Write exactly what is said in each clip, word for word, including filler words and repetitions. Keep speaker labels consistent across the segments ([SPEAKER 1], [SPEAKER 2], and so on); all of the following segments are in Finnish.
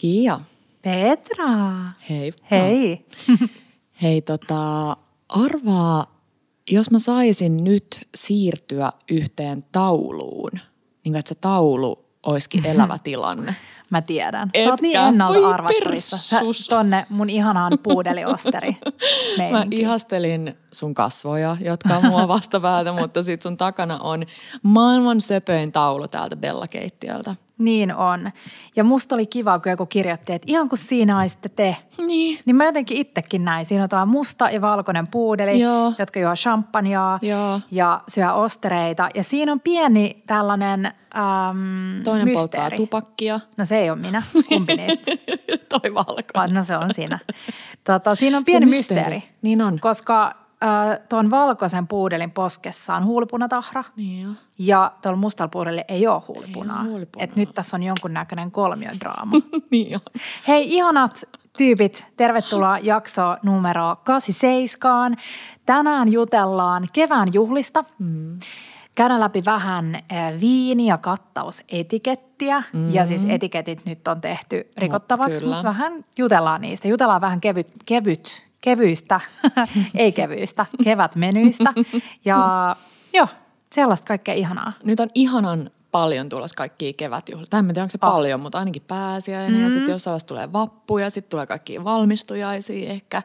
[SPEAKER 1] Kiia.
[SPEAKER 2] Petra.
[SPEAKER 1] Hei.
[SPEAKER 2] Hei.
[SPEAKER 1] Hei tota, arvaa, jos mä saisin nyt siirtyä yhteen tauluun, niin että se taulu olisikin elävä tilanne.
[SPEAKER 2] Mä tiedän.
[SPEAKER 1] Etkä
[SPEAKER 2] Sä oot niin ennalta
[SPEAKER 1] voi
[SPEAKER 2] arvattavissa. Sä tonne mun ihanaan puudeliosteri
[SPEAKER 1] Mä ihastelin sun kasvoja, jotka on mua vastapäätä, mutta sit sun takana on maailman söpöin taulu täältä Bella-keittiöltä.
[SPEAKER 2] Niin on. Ja musta oli kiva, kun joku kirjoitti, että ihan kuin siinä olisitte te.
[SPEAKER 1] Niin.
[SPEAKER 2] Niin mä jotenkin itsekin näin. Siinä on tällainen musta ja valkoinen puudeli,
[SPEAKER 1] Joo.
[SPEAKER 2] jotka juo champagnea
[SPEAKER 1] Joo.
[SPEAKER 2] ja syö ostereita. Ja siinä on pieni tällainen äm,
[SPEAKER 1] Toinen
[SPEAKER 2] mysteeri.
[SPEAKER 1] polttaa tupakkia.
[SPEAKER 2] No se ei ole minä. Kumpi niistä?
[SPEAKER 1] Toi valkoinen.
[SPEAKER 2] No se on siinä. Tota, siinä on pieni mysteeri. mysteeri.
[SPEAKER 1] Niin on.
[SPEAKER 2] Koska äh, tuon valkoisen puudelin poskessa on huulipunatahra.
[SPEAKER 1] Niin jo.
[SPEAKER 2] Ja tuolla mustalla puudelilla ei ole huulipunaa.
[SPEAKER 1] Ei ole huulipunaa.
[SPEAKER 2] Että nyt tässä on jonkunnäköinen kolmiodraama.
[SPEAKER 1] Niin on.
[SPEAKER 2] Hei ihanat tyypit, tervetuloa jakso numero kahdeksankymmentäseitsemän. Tänään jutellaan kevään juhlista. Mm. Käydään läpi vähän viini- ja kattausetikettiä. Mm. Ja siis etiketit nyt on tehty rikottavaksi, mutta vähän jutellaan niistä. Jutellaan vähän kevyt, kevyt kevyistä, ei kevyistä, kevätmenyistä. Ja joo, sellaista kaikkea ihanaa.
[SPEAKER 1] Nyt on ihanan paljon tulossa kaikkia kevätjuhlia. Tai en tiedä, onko se oh. paljon, mutta ainakin pääsiäinen. Mm. Ja sitten jossain vaiheessa tulee vappu ja sitten tulee kaikkia valmistujaisia ehkä.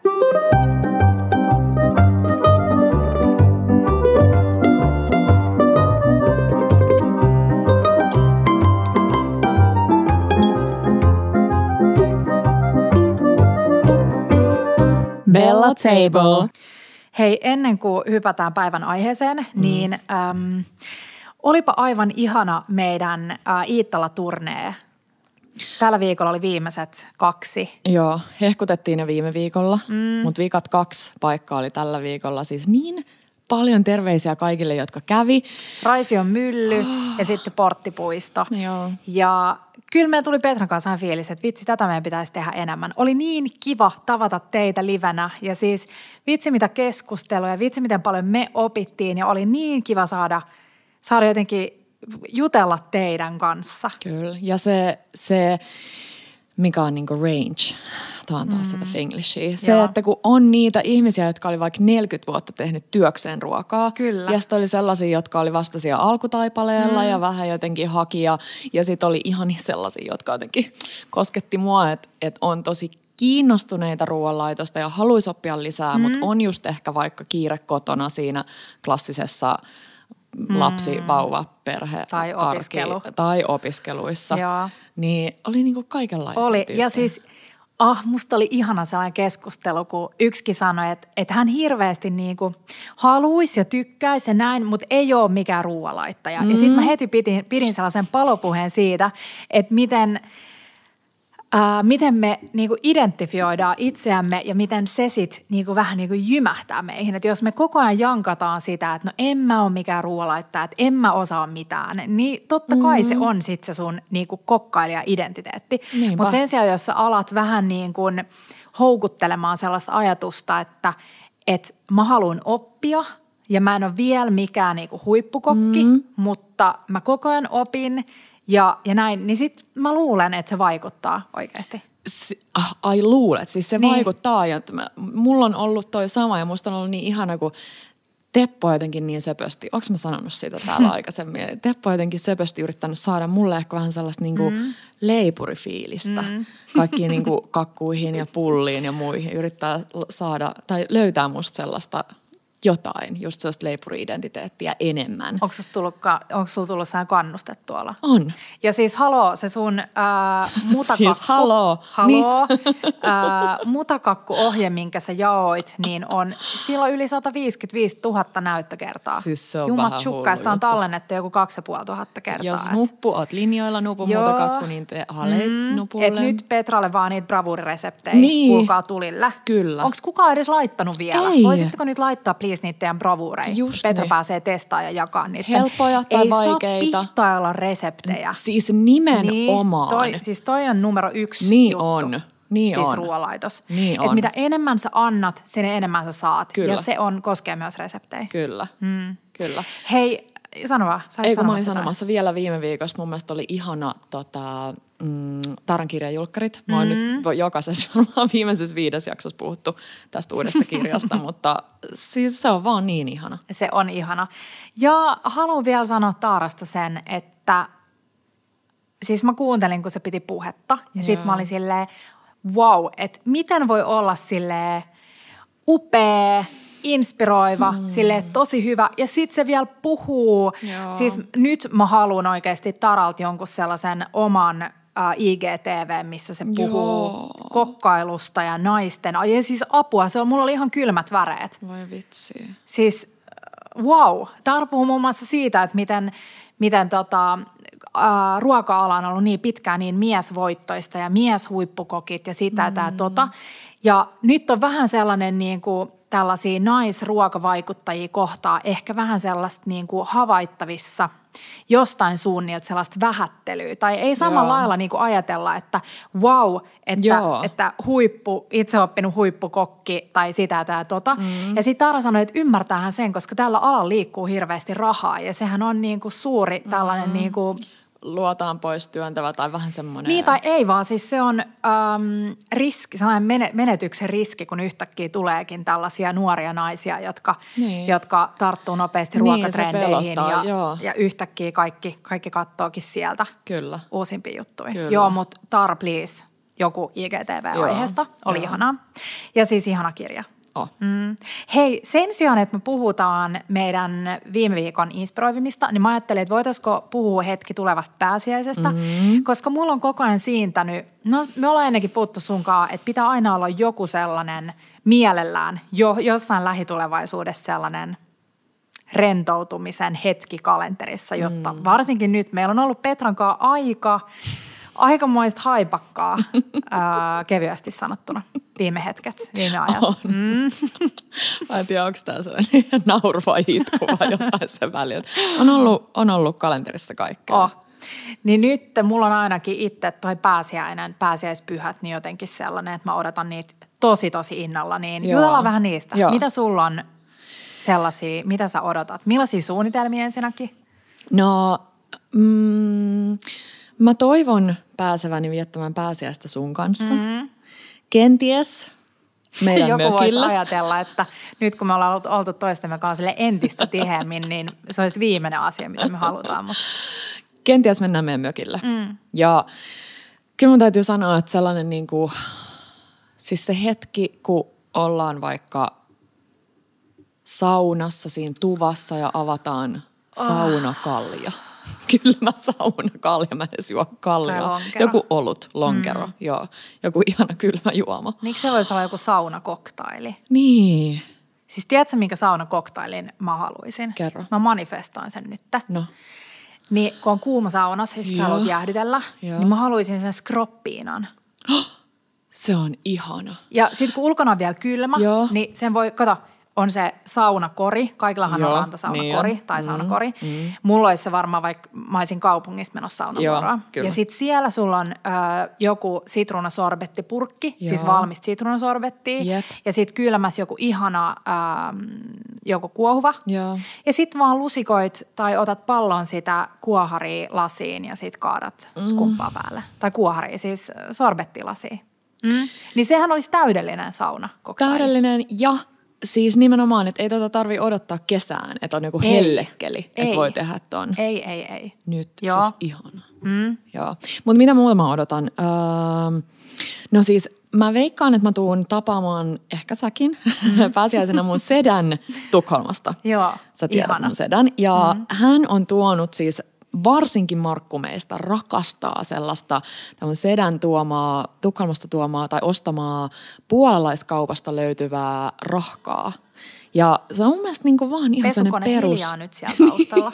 [SPEAKER 2] Bella Table. Hei, ennen kuin hypätään päivän aiheeseen, mm. niin äm, olipa aivan ihana meidän ä, Iittala-turnee. Tällä viikolla oli viimeiset kaksi.
[SPEAKER 1] Joo, hehkutettiin ne viime viikolla,
[SPEAKER 2] mm.
[SPEAKER 1] mutta viikat kaksi paikkaa oli tällä viikolla. Siis niin paljon terveisiä kaikille, jotka kävi.
[SPEAKER 2] Raision mylly ja sitten Porttipuisto.
[SPEAKER 1] Joo.
[SPEAKER 2] Ja kyllä meillä tuli Petran kanssa ihan fiilis, että vitsi, tätä meidän pitäisi tehdä enemmän. Oli niin kiva tavata teitä livenä ja siis vitsi mitä keskustelua, vitsi miten paljon me opittiin ja oli niin kiva saada, saada jotenkin jutella teidän kanssa.
[SPEAKER 1] Kyllä, ja se, se mikä on niinku range, tämä on taas mm. tätä finglishia. Se,
[SPEAKER 2] Joo.
[SPEAKER 1] että kun on niitä ihmisiä, jotka oli vaikka neljäkymmentä vuotta tehnyt työkseen ruokaa.
[SPEAKER 2] Kyllä.
[SPEAKER 1] Ja sitten oli sellaisia, jotka oli vasta siellä alkutaipaleella mm. ja vähän jotenkin haki. Ja, ja sitten oli ihan sellaisia, jotka jotenkin kosketti mua, että, että on tosi kiinnostuneita ruoanlaitosta ja haluaisi oppia lisää, mm. mutta on just ehkä vaikka kiire kotona siinä klassisessa lapsi, mm. vauva, perhe,
[SPEAKER 2] tai opiskelu.
[SPEAKER 1] Arki, tai opiskeluissa.
[SPEAKER 2] Joo.
[SPEAKER 1] Niin oli niinku kaikenlaisia
[SPEAKER 2] Oli,
[SPEAKER 1] tyyppejä.
[SPEAKER 2] ja siis ah, musta oli ihana sellainen keskustelu, kun yksikin sanoi, että, että hän hirveästi niinku haluaisi ja tykkäisi ja näin, mutta ei ole mikään ruoanlaittaja. Mm. Ja sitten mä heti pidin, pidin sellaisen palopuheen siitä, että miten Äh, miten me niinku identifioidaan itseämme ja miten se sitten niinku vähän niinku jymähtää meihin. Että jos me koko ajan jankataan sitä, että no en mä ole mikään ruoanlaittaja, että en mä osaa mitään, niin totta kai mm. se on sitten se sun niinku kokkailija-identiteetti. Mutta sen sijaan, jos sä alat vähän niin kuin houkuttelemaan sellaista ajatusta, että et mä haluan oppia ja mä en ole vielä mikään niinku huippukokki, mm. mutta mä koko ajan opin – Ja, ja näin, niin sit mä luulen, että se vaikuttaa oikeasti.
[SPEAKER 1] Si- ah, ai luulet, siis se niin. vaikuttaa. Ja mä, mulla on ollut toi sama ja musta on ollut niin ihana, kun Teppo jotenkin niin söpösti, onko mä sanonut siitä täällä aikaisemmin? Teppo jotenkin söpösti yrittänyt saada mulle ehkä vähän sellaista niinku mm. leipurifiilistä. Mm. Kaikkiin niinku kakkuihin ja pulliin ja muihin. Yrittää saada tai löytää musta sellaista jotain, just sellaista leipuri-identiteettiä enemmän.
[SPEAKER 2] Onko sulla tullut, onko sulla tullut sehän kannuste tuolla?
[SPEAKER 1] On.
[SPEAKER 2] Ja siis haloo, se sun äh, mutakakku.
[SPEAKER 1] Siis haloo.
[SPEAKER 2] Haloo. Niin. äh, mutakakku-ohje, minkä sä jaoit, niin on, siis sillä on yli sata viisikymmentäviisituhatta näyttökertaa.
[SPEAKER 1] Siis se on
[SPEAKER 2] Jumat
[SPEAKER 1] vähän
[SPEAKER 2] chukka, sitä on tallennettu joku kaksituhatta kertaa.
[SPEAKER 1] Jos nuppu, oot linjoilla nupun mutakakku, niin te haleit mm, nupulle.
[SPEAKER 2] Et nyt Petralle vaan niitä bravuurireseptejä,
[SPEAKER 1] niin.
[SPEAKER 2] kuulkaa tulille.
[SPEAKER 1] Kyllä.
[SPEAKER 2] Onko kukaan edes laittanut vielä?
[SPEAKER 1] Ei.
[SPEAKER 2] Voisitteko nyt laittaa please niitä teidän bravuureja?
[SPEAKER 1] Just
[SPEAKER 2] Petra
[SPEAKER 1] ne.
[SPEAKER 2] pääsee testaamaan ja jakaa niitä.
[SPEAKER 1] Helppoja tai
[SPEAKER 2] ei
[SPEAKER 1] vaikeita.
[SPEAKER 2] Ei saa pihtailla reseptejä.
[SPEAKER 1] Siis nimenomaan.
[SPEAKER 2] Niin, toi, siis toi on numero yksi
[SPEAKER 1] niin
[SPEAKER 2] juttu.
[SPEAKER 1] On. Niin
[SPEAKER 2] siis
[SPEAKER 1] on.
[SPEAKER 2] ruoanlaitos.
[SPEAKER 1] Niin
[SPEAKER 2] Et
[SPEAKER 1] on.
[SPEAKER 2] mitä enemmän sä annat, sen enemmän sä saat.
[SPEAKER 1] Kyllä.
[SPEAKER 2] Ja se on, koskee myös reseptejä.
[SPEAKER 1] Kyllä, mm. kyllä.
[SPEAKER 2] Hei, Sano vaan, sä
[SPEAKER 1] Ei kun mä olin sanomassa vielä viime viikosta, mun mielestä oli ihana tota, mm, Taaran kirjajulkkarit. Mä oon mm. nyt jokaisessa varmaan viimeisessä viides jaksossa puhuttu tästä uudesta kirjasta, mutta siis se on vaan niin ihana.
[SPEAKER 2] Se on ihana. Ja haluan vielä sanoa Taarasta sen, että siis mä kuuntelin, kun se piti puhetta ja sit mä olin silleen, wow, että miten voi olla silleen upea, inspiroiva, mm. silleen tosi hyvä. Ja sit se vielä puhuu. Joo. Siis nyt mä haluan oikeasti Taralta jonkun sellaisen oman äh, I G T V, missä se puhuu Joo. kokkailusta ja naisten. Ja siis apua, se on, mulla oli ihan kylmät väreet.
[SPEAKER 1] Voi vitsi.
[SPEAKER 2] Siis wow. Tar puhuu muun muassa siitä, että miten, miten tota, äh, ruoka-ala on ollut niin pitkään niin miesvoittoista ja mieshuippukokit ja sitä mm. tää tota. Ja nyt on vähän sellainen niin kuin tällaisia naisruokavaikuttajia kohtaa ehkä vähän sellaista niin kuin havaittavissa jostain suunnilta sellaista vähättelyä. Tai ei samalla Joo. lailla niin kuin ajatella, että wow, että, että huippu, itse oppinut huippukokki tai sitä tai tota. Mm. Ja sitten Taara sanoi, että ymmärtäähän sen, koska tällä alalla liikkuu hirveästi rahaa ja sehän on niin kuin suuri tällainen mm. niin kuin
[SPEAKER 1] luotaan pois työntävä tai vähän semmoinen.
[SPEAKER 2] Niin tai ei vaan, siis se on äm, riski, sellainen menetyksen riski, kun yhtäkkiä tuleekin tällaisia nuoria naisia, jotka, niin. jotka tarttuu nopeasti niin, ruokatrendeihin pelottaa, ja, ja yhtäkkiä kaikki, kaikki kattookin sieltä Kyllä. uusimpia juttuja. Kyllä. Joo, mutta Tar please, joku I G T V-aiheesta, oli Joo. ihanaa. Ja siis ihana kirja. Oh. Mm. Hei, sen sijaan, että me puhutaan meidän viime viikon inspiroivimista, niin mä ajattelin, että voitaisiko puhua hetki tulevasta pääsiäisestä, mm-hmm. koska mulla on koko ajan siintänyt, no me ollaan ennenkin puhuttu sunkaan, että pitää aina olla joku sellainen mielellään, jo, jossain lähitulevaisuudessa sellainen rentoutumisen hetki kalenterissa, jotta mm. varsinkin nyt meillä on ollut Petran kanssa aika... Aikamoista haipakkaa, ää, kevyesti sanottuna, viime hetket, viime ajat.
[SPEAKER 1] On. Mm. Mä en tiedä, onko tämä sellainen nauru vai itku vai jotain sen välillä. On ollut, on ollut kalenterissa kaikkea.
[SPEAKER 2] Oh. Niin nyt mulla on ainakin itse toi pääsiäinen, pääsiäispyhät, niin jotenkin sellainen, että mä odotan niitä tosi tosi innolla. Niin Joo. jutellaan vähän niistä. Joo. Mitä sulla on sellaisia, mitä sä odotat? Millaisia suunnitelmia ensinnäkin?
[SPEAKER 1] No... Mm, Mä toivon pääseväni viettämään pääsiäistä sun kanssa. Mm. Kenties meidän
[SPEAKER 2] Joku
[SPEAKER 1] mökillä.
[SPEAKER 2] Joku voisi ajatella, että nyt kun me ollaan oltu toistemme kanssa entistä tiheämmin, niin se olisi viimeinen asia, mitä me halutaan. Mutta.
[SPEAKER 1] Kenties mennään meidän mökillä. Mm. Ja kyllä mun täytyy sanoa, että sellainen niin kuin, siis se hetki, kun ollaan vaikka saunassa siinä tuvassa ja avataan saunakalja. Oh. Kylmä sauna, kalja, mä en edes juo kaljaa. Joku olut, lonkero, mm. joo. Joku ihana kylmä juoma.
[SPEAKER 2] Miksi se voisi olla joku saunakoktaili?
[SPEAKER 1] Niin.
[SPEAKER 2] Siis tiedätkö, minkä saunakoktailin mä haluaisin?
[SPEAKER 1] Kerro.
[SPEAKER 2] Mä manifestoin sen nyt.
[SPEAKER 1] No.
[SPEAKER 2] Niin kun on kuuma saunassa ja sit sä haluat jäähdytellä, joo. niin mä haluaisin sen skroppiinan.
[SPEAKER 1] Se on ihana.
[SPEAKER 2] Ja sit kun ulkona on vielä kylmä, joo. niin sen voi, kato, on se saunakori. Kaikillahan Joo, on rantasaunakori niin tai saunakori. Mm, mm. Mulla olisi se varmaan, vaikka mä olisin kaupungissa menossa saunavuoroa. Ja sitten siellä sulla on ö, joku sitruunasorbettipurkki, Joo. siis valmista sitruunasorbettia. Yep. Ja sitten kylmässä joku ihana ö, joku kuohuva. Joo. Ja sitten vaan lusikoit tai otat pallon sitä kuoharia lasiin ja sitten kaadat mm. skumppaa päälle. Tai kuoharia, siis sorbettilasiin. Mm. Niin sehän olisi täydellinen sauna.
[SPEAKER 1] Täydellinen ja... Siis nimenomaan, että ei tuota tarvitse odottaa kesään, että on joku ei. hellekkeli, että voi tehdä ton.
[SPEAKER 2] Ei, ei, ei.
[SPEAKER 1] Nyt, Joo. siis ihana. Mm. Joo. Mutta mitä muuta mä odotan? Öö, no siis mä veikkaan, että mä tuun tapaamaan, ehkä säkin, mm. pääsiäisenä mun sedän Tukholmasta.
[SPEAKER 2] Joo,
[SPEAKER 1] Sä tiedät ihana. mun sedän. Ja mm. hän on tuonut siis... Varsinkin Markku meistä rakastaa sellaista sedän tuomaa, Tukholmasta tuomaa tai ostamaa puolalaiskaupasta löytyvää rahkaa. Ja se on mun mielestä niin kuin vaan ihan sellainen perus...
[SPEAKER 2] Pesukone nyt siellä taustalla.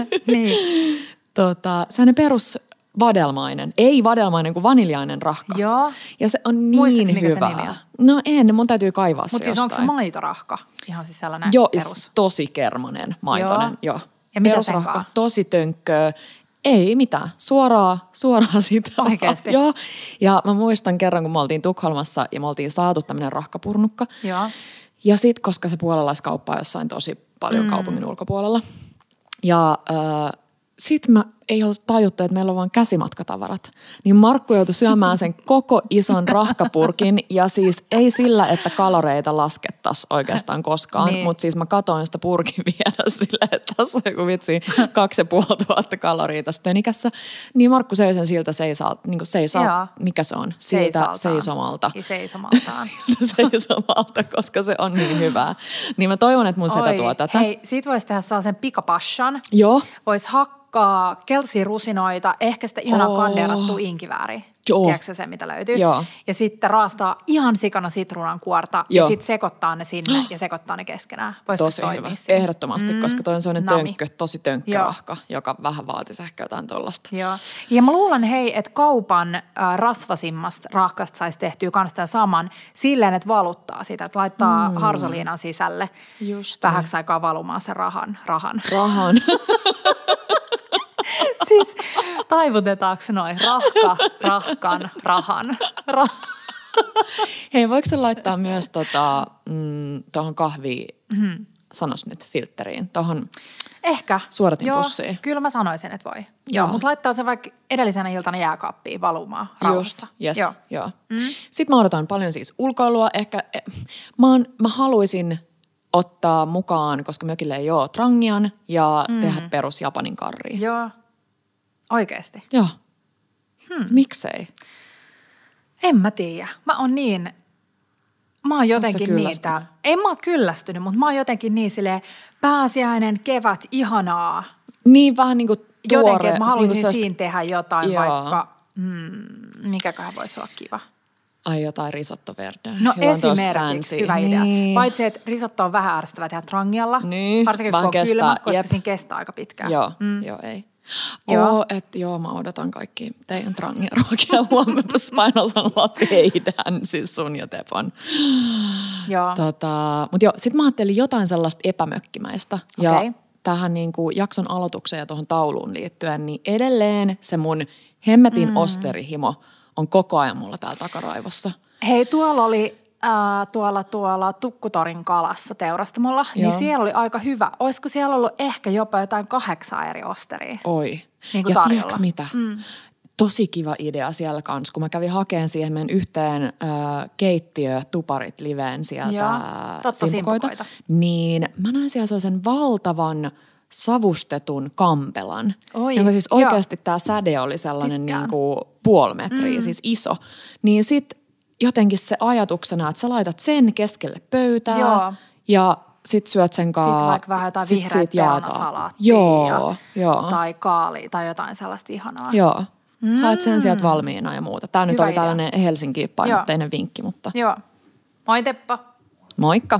[SPEAKER 2] niin.
[SPEAKER 1] Tota, sellainen perus vadelmainen, ei vadelmainen kuin vaniljainen rahka.
[SPEAKER 2] Joo.
[SPEAKER 1] Ja se on niin
[SPEAKER 2] Muistatko,
[SPEAKER 1] hyvä.
[SPEAKER 2] Mikä se nimi on?
[SPEAKER 1] No en, mun täytyy kaivaa
[SPEAKER 2] Mut
[SPEAKER 1] se
[SPEAKER 2] siis
[SPEAKER 1] jostain.
[SPEAKER 2] Mutta siis onko se maitorahka? Ihan siis sellainen
[SPEAKER 1] Joo,
[SPEAKER 2] perus.
[SPEAKER 1] tosi kermanen, maitoinen, joo. joo.
[SPEAKER 2] Ja mitä
[SPEAKER 1] perusrahka,
[SPEAKER 2] senkaan?
[SPEAKER 1] tosi tönkköä. Ei mitään, suoraa, suoraa sitä.
[SPEAKER 2] Oikeasti?
[SPEAKER 1] Joo. Ja mä muistan kerran, kun me oltiin Tukholmassa ja me oltiin saatu tämmöinen rahkapurnukka.
[SPEAKER 2] Joo.
[SPEAKER 1] Ja sit, koska se puolalaiskauppa on jossain tosi paljon mm. kaupungin ulkopuolella, Ja äh, sitten mä ei ollut tajuttu, että meillä on vaan käsimatkatavarat. Niin Markku joutui syömään sen koko ison rahkapurkin ja siis ei sillä, että kaloreita laskettaisiin oikeastaan koskaan. Niin. Mutta siis mä katoin sitä purkin viedä silleen, että tässä on joku vitsi kaksi ja puoli tuhatta kaloria tässä tönikässä. Niin Markku söi sen siltä seisalta, niin kuin seisa, mikä se on? Siltä seisomalta.
[SPEAKER 2] Seisomaltaan.
[SPEAKER 1] Seisomalta, koska se on niin hyvää. Niin mä toivon, että mun setä tuo tätä.
[SPEAKER 2] Hei, siitä voisi tehdä sellaisen pikapashan.
[SPEAKER 1] Joo.
[SPEAKER 2] Voisi hakkaa keltaisia rusinoita, ehkä sitä ihanaa oh. kandeerattua inkivääriä.
[SPEAKER 1] Joo.
[SPEAKER 2] Tiedätkö se, mitä löytyy?
[SPEAKER 1] Joo.
[SPEAKER 2] Ja sitten raastaa ihan sikana sitruunan kuorta Joo. ja sitten sekoittaa ne sinne ja sekoittaa ne keskenään. Voisiko
[SPEAKER 1] tosi
[SPEAKER 2] toimia
[SPEAKER 1] hyvä.
[SPEAKER 2] Siinä?
[SPEAKER 1] Ehdottomasti, mm. koska toi on sellainen tönkkö, tosi tönkkärahka, joka vähän vaatisi ehkä jotain tollasta.
[SPEAKER 2] Joo. Ja mä luulen, hei, että kaupan äh, rasvasimmasta rahkasta saisi tehtyä kans tämän saman silleen, että valuttaa sitä, että laittaa mm. harsoliinan sisälle Just vähäksi aikaa valumaan sen rahan. Rahan.
[SPEAKER 1] Rahan.
[SPEAKER 2] Siis taivutetaanko noin? Rahka, rahkan, rahan. Rah-
[SPEAKER 1] Hei, voiko se laittaa myös tota, mm, tuohon kahviin, mm-hmm. sanos nyt, filtteriin, tuohon
[SPEAKER 2] Ehkä.
[SPEAKER 1] suodatinpussiin?
[SPEAKER 2] Joo, kyllä mä sanoisin, että voi. Joo, Joo mutta laittaa se vaikka edellisenä iltana jääkaappiin valumaan rauhassa.
[SPEAKER 1] Just, yes, joo. joo. Mm. Sitten mä odotan paljon siis ulkoilua. Ehkä mä, oon, mä haluaisin ottaa mukaan, koska mökille ei ole trangian ja mm. tehdä perus Japanin karria.
[SPEAKER 2] Joo. Oikeesti?
[SPEAKER 1] Joo. Hmm. Miksei?
[SPEAKER 2] En mä tiedä. Mä oon niin, mä oon jotenkin niitä, en mä oon kyllästynyt, mutta mä oon jotenkin niin silleen pääsiäinen, kevät, ihanaa.
[SPEAKER 1] Niin vähän niin kuin tuore.
[SPEAKER 2] Jotenkin, että mä haluaisin
[SPEAKER 1] niin
[SPEAKER 2] siinä tehdä jotain, joo. vaikka, mm, mikäköhän voisi olla kiva.
[SPEAKER 1] Ai jotain risotto verdeä.
[SPEAKER 2] No esimerkiksi, hyvä idea. Niin. Paitsi, että risotto on vähän ärsyttävää tehdä trangialla. Niin. Varsinkin kun on kestää. Kylmä, koska Jep. siinä kestää aika pitkään.
[SPEAKER 1] Joo, mm. joo ei. Joo, oh, että joo, mä odotan kaikki teidän trangiaruokia. Huomenpas painosanalla teidän, siis sun ja Tepon.
[SPEAKER 2] Joo.
[SPEAKER 1] Tota, mutta joo, sit mä ajattelin jotain sellaista epämökkimäistä.
[SPEAKER 2] Okay.
[SPEAKER 1] Ja tähän niin kuin jakson aloitukseen ja tuohon tauluun liittyen, niin edelleen se mun hemmetin mm. osterihimo on koko ajan mulla täällä takaraivossa.
[SPEAKER 2] Hei, tuolla oli... Äh, tuolla, tuolla Tukkutorin kalassa teurastamolla, Joo. niin siellä oli aika hyvä. Olisiko siellä ollut ehkä jopa jotain kahdeksaa eri osteria?
[SPEAKER 1] Oi.
[SPEAKER 2] Niin kuin
[SPEAKER 1] ja
[SPEAKER 2] tarjolla.
[SPEAKER 1] tiedätkö mitä? Mm. Tosi kiva idea siellä kanssa, kun mä kävin hakemaan siihen meidän yhteen äh, keittiötuparit liveen sieltä
[SPEAKER 2] Totta,
[SPEAKER 1] simpukoita, simpukoita, niin mä näin siellä sellaisen valtavan savustetun kampelan,
[SPEAKER 2] Oi,
[SPEAKER 1] jonka siis oikeasti tämä säde oli sellainen niin kuin puoli metriä, mm. siis iso. Niin sit jotenkin se ajatuksena, että sä laitat sen keskelle pöytää Joo. ja sit syöt sen kaa.
[SPEAKER 2] Sitten vaikka vähän jotain vihreät perunasalaattia
[SPEAKER 1] joo, joo.
[SPEAKER 2] tai kaali tai jotain sellaista ihanaa.
[SPEAKER 1] Joo, mm. haet sen sieltä valmiina ja muuta. Tää Hyvä nyt oli idea. Tällainen Helsinki-painotteinen vinkki, mutta...
[SPEAKER 2] Joo. Moi Teppa.
[SPEAKER 1] Moikka.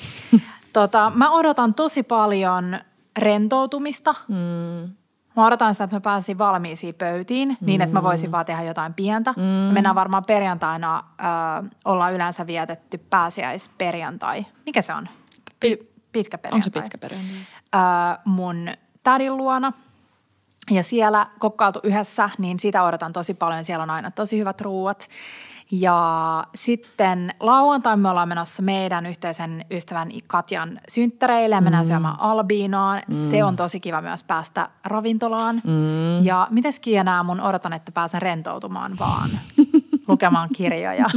[SPEAKER 2] tota, mä odotan tosi paljon rentoutumista.
[SPEAKER 1] Mm.
[SPEAKER 2] Mä odotan sitä, että mä pääsin valmiisiin pöytiin mm. niin, että mä voisin vaan tehdä jotain pientä. Mm. Mennään varmaan perjantaina, äh, ollaan yleensä vietetty pääsiäisperjantai. Mikä se on? P- pitkä perjantai.
[SPEAKER 1] Onko se pitkä perjantai?
[SPEAKER 2] Äh, mun tädin luona. Ja siellä kokkailtu yhdessä, niin sitä odotan tosi paljon. Siellä on aina tosi hyvät ruuat. Ja sitten lauantai me ollaan menossa meidän yhteisen ystävän Katjan synttäreille ja mennään mm. syömään Albiinaan. Mm. Se on tosi kiva myös päästä ravintolaan. Mm. Ja mites Kienää mun odotan, että pääsen rentoutumaan vaan lukemaan kirjoja.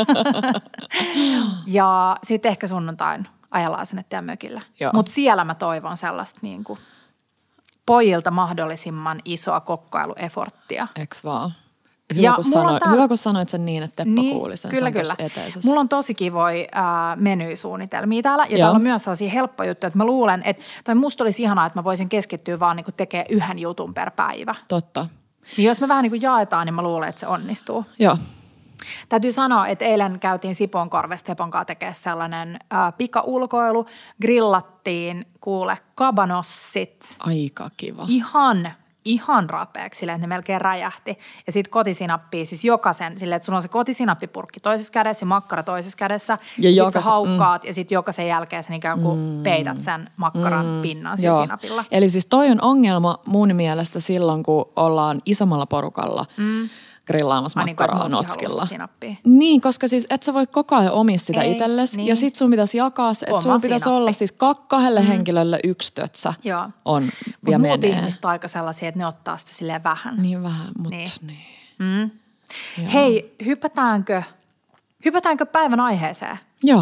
[SPEAKER 2] Ja sitten ehkä sunnuntain ajellaan sinne teidän mökillä. Mutta siellä mä toivon sellaista niin kuin pojilta mahdollisimman isoa kokkailueforttia.
[SPEAKER 1] Eks vaan? Hyvä, kun, sano, tää... hyvä kun sanoit sen niin, että Teppo niin, kuuli sen.
[SPEAKER 2] Kyllä,
[SPEAKER 1] se
[SPEAKER 2] kyllä.
[SPEAKER 1] eteisessä.
[SPEAKER 2] Mulla on tosi kivoja äh, menysuunnitelmia täällä. Ja Joo. täällä on myös sellaisia helppoja juttuja, että mä luulen, että, tai musta olisi ihanaa, että mä voisin keskittyä vaan niin tekemään yhden jutun per päivä.
[SPEAKER 1] Totta.
[SPEAKER 2] Niin jos me vähän niin kuin jaetaan, niin mä luulen, että se onnistuu.
[SPEAKER 1] Joo.
[SPEAKER 2] Täytyy sanoa, että eilen käytiin Sipoonkorvessa Tepon kanssa tekemään sellainen äh, pika-ulkoilu. Grillattiin, kuule, kabanossit.
[SPEAKER 1] Aika kiva.
[SPEAKER 2] Ihan ihan rapeaksi silleen, että ne melkein räjähti. Ja sitten kotisinappia, siis jokaisen, silleen, että sulla on se kotisinappipurkki toisessa kädessä ja makkara toisessa kädessä. Ja sitten jokas... sä haukkaat mm. ja sitten jokaisen jälkeen sä ikään kuin mm. peität sen makkaran mm. pinnan sillä sinapilla.
[SPEAKER 1] Eli siis toi on ongelma mun mielestä silloin, kun ollaan isommalla porukalla. Mm. grillaamassa
[SPEAKER 2] Ai
[SPEAKER 1] makkaraa
[SPEAKER 2] niin,
[SPEAKER 1] notskilla.
[SPEAKER 2] Sinappia.
[SPEAKER 1] Niin, koska siis et sä voi koko ajan omia sitä
[SPEAKER 2] Ei,
[SPEAKER 1] itsellesi.
[SPEAKER 2] niin.
[SPEAKER 1] Ja sit sun pitäisi jakaa se, että sulla pitäisi olla siis kahdelle mm. henkilölle yksi tötsä.
[SPEAKER 2] Joo.
[SPEAKER 1] On
[SPEAKER 2] Mutta
[SPEAKER 1] ja
[SPEAKER 2] muut
[SPEAKER 1] menee.
[SPEAKER 2] ihmiset on aika sellaisia, että ne ottaa sitä silleen vähän.
[SPEAKER 1] Niin vähän, mutta
[SPEAKER 2] Niin.
[SPEAKER 1] niin.
[SPEAKER 2] Mm. Hei, hypätäänkö, hypätäänkö päivän aiheeseen?
[SPEAKER 1] Joo.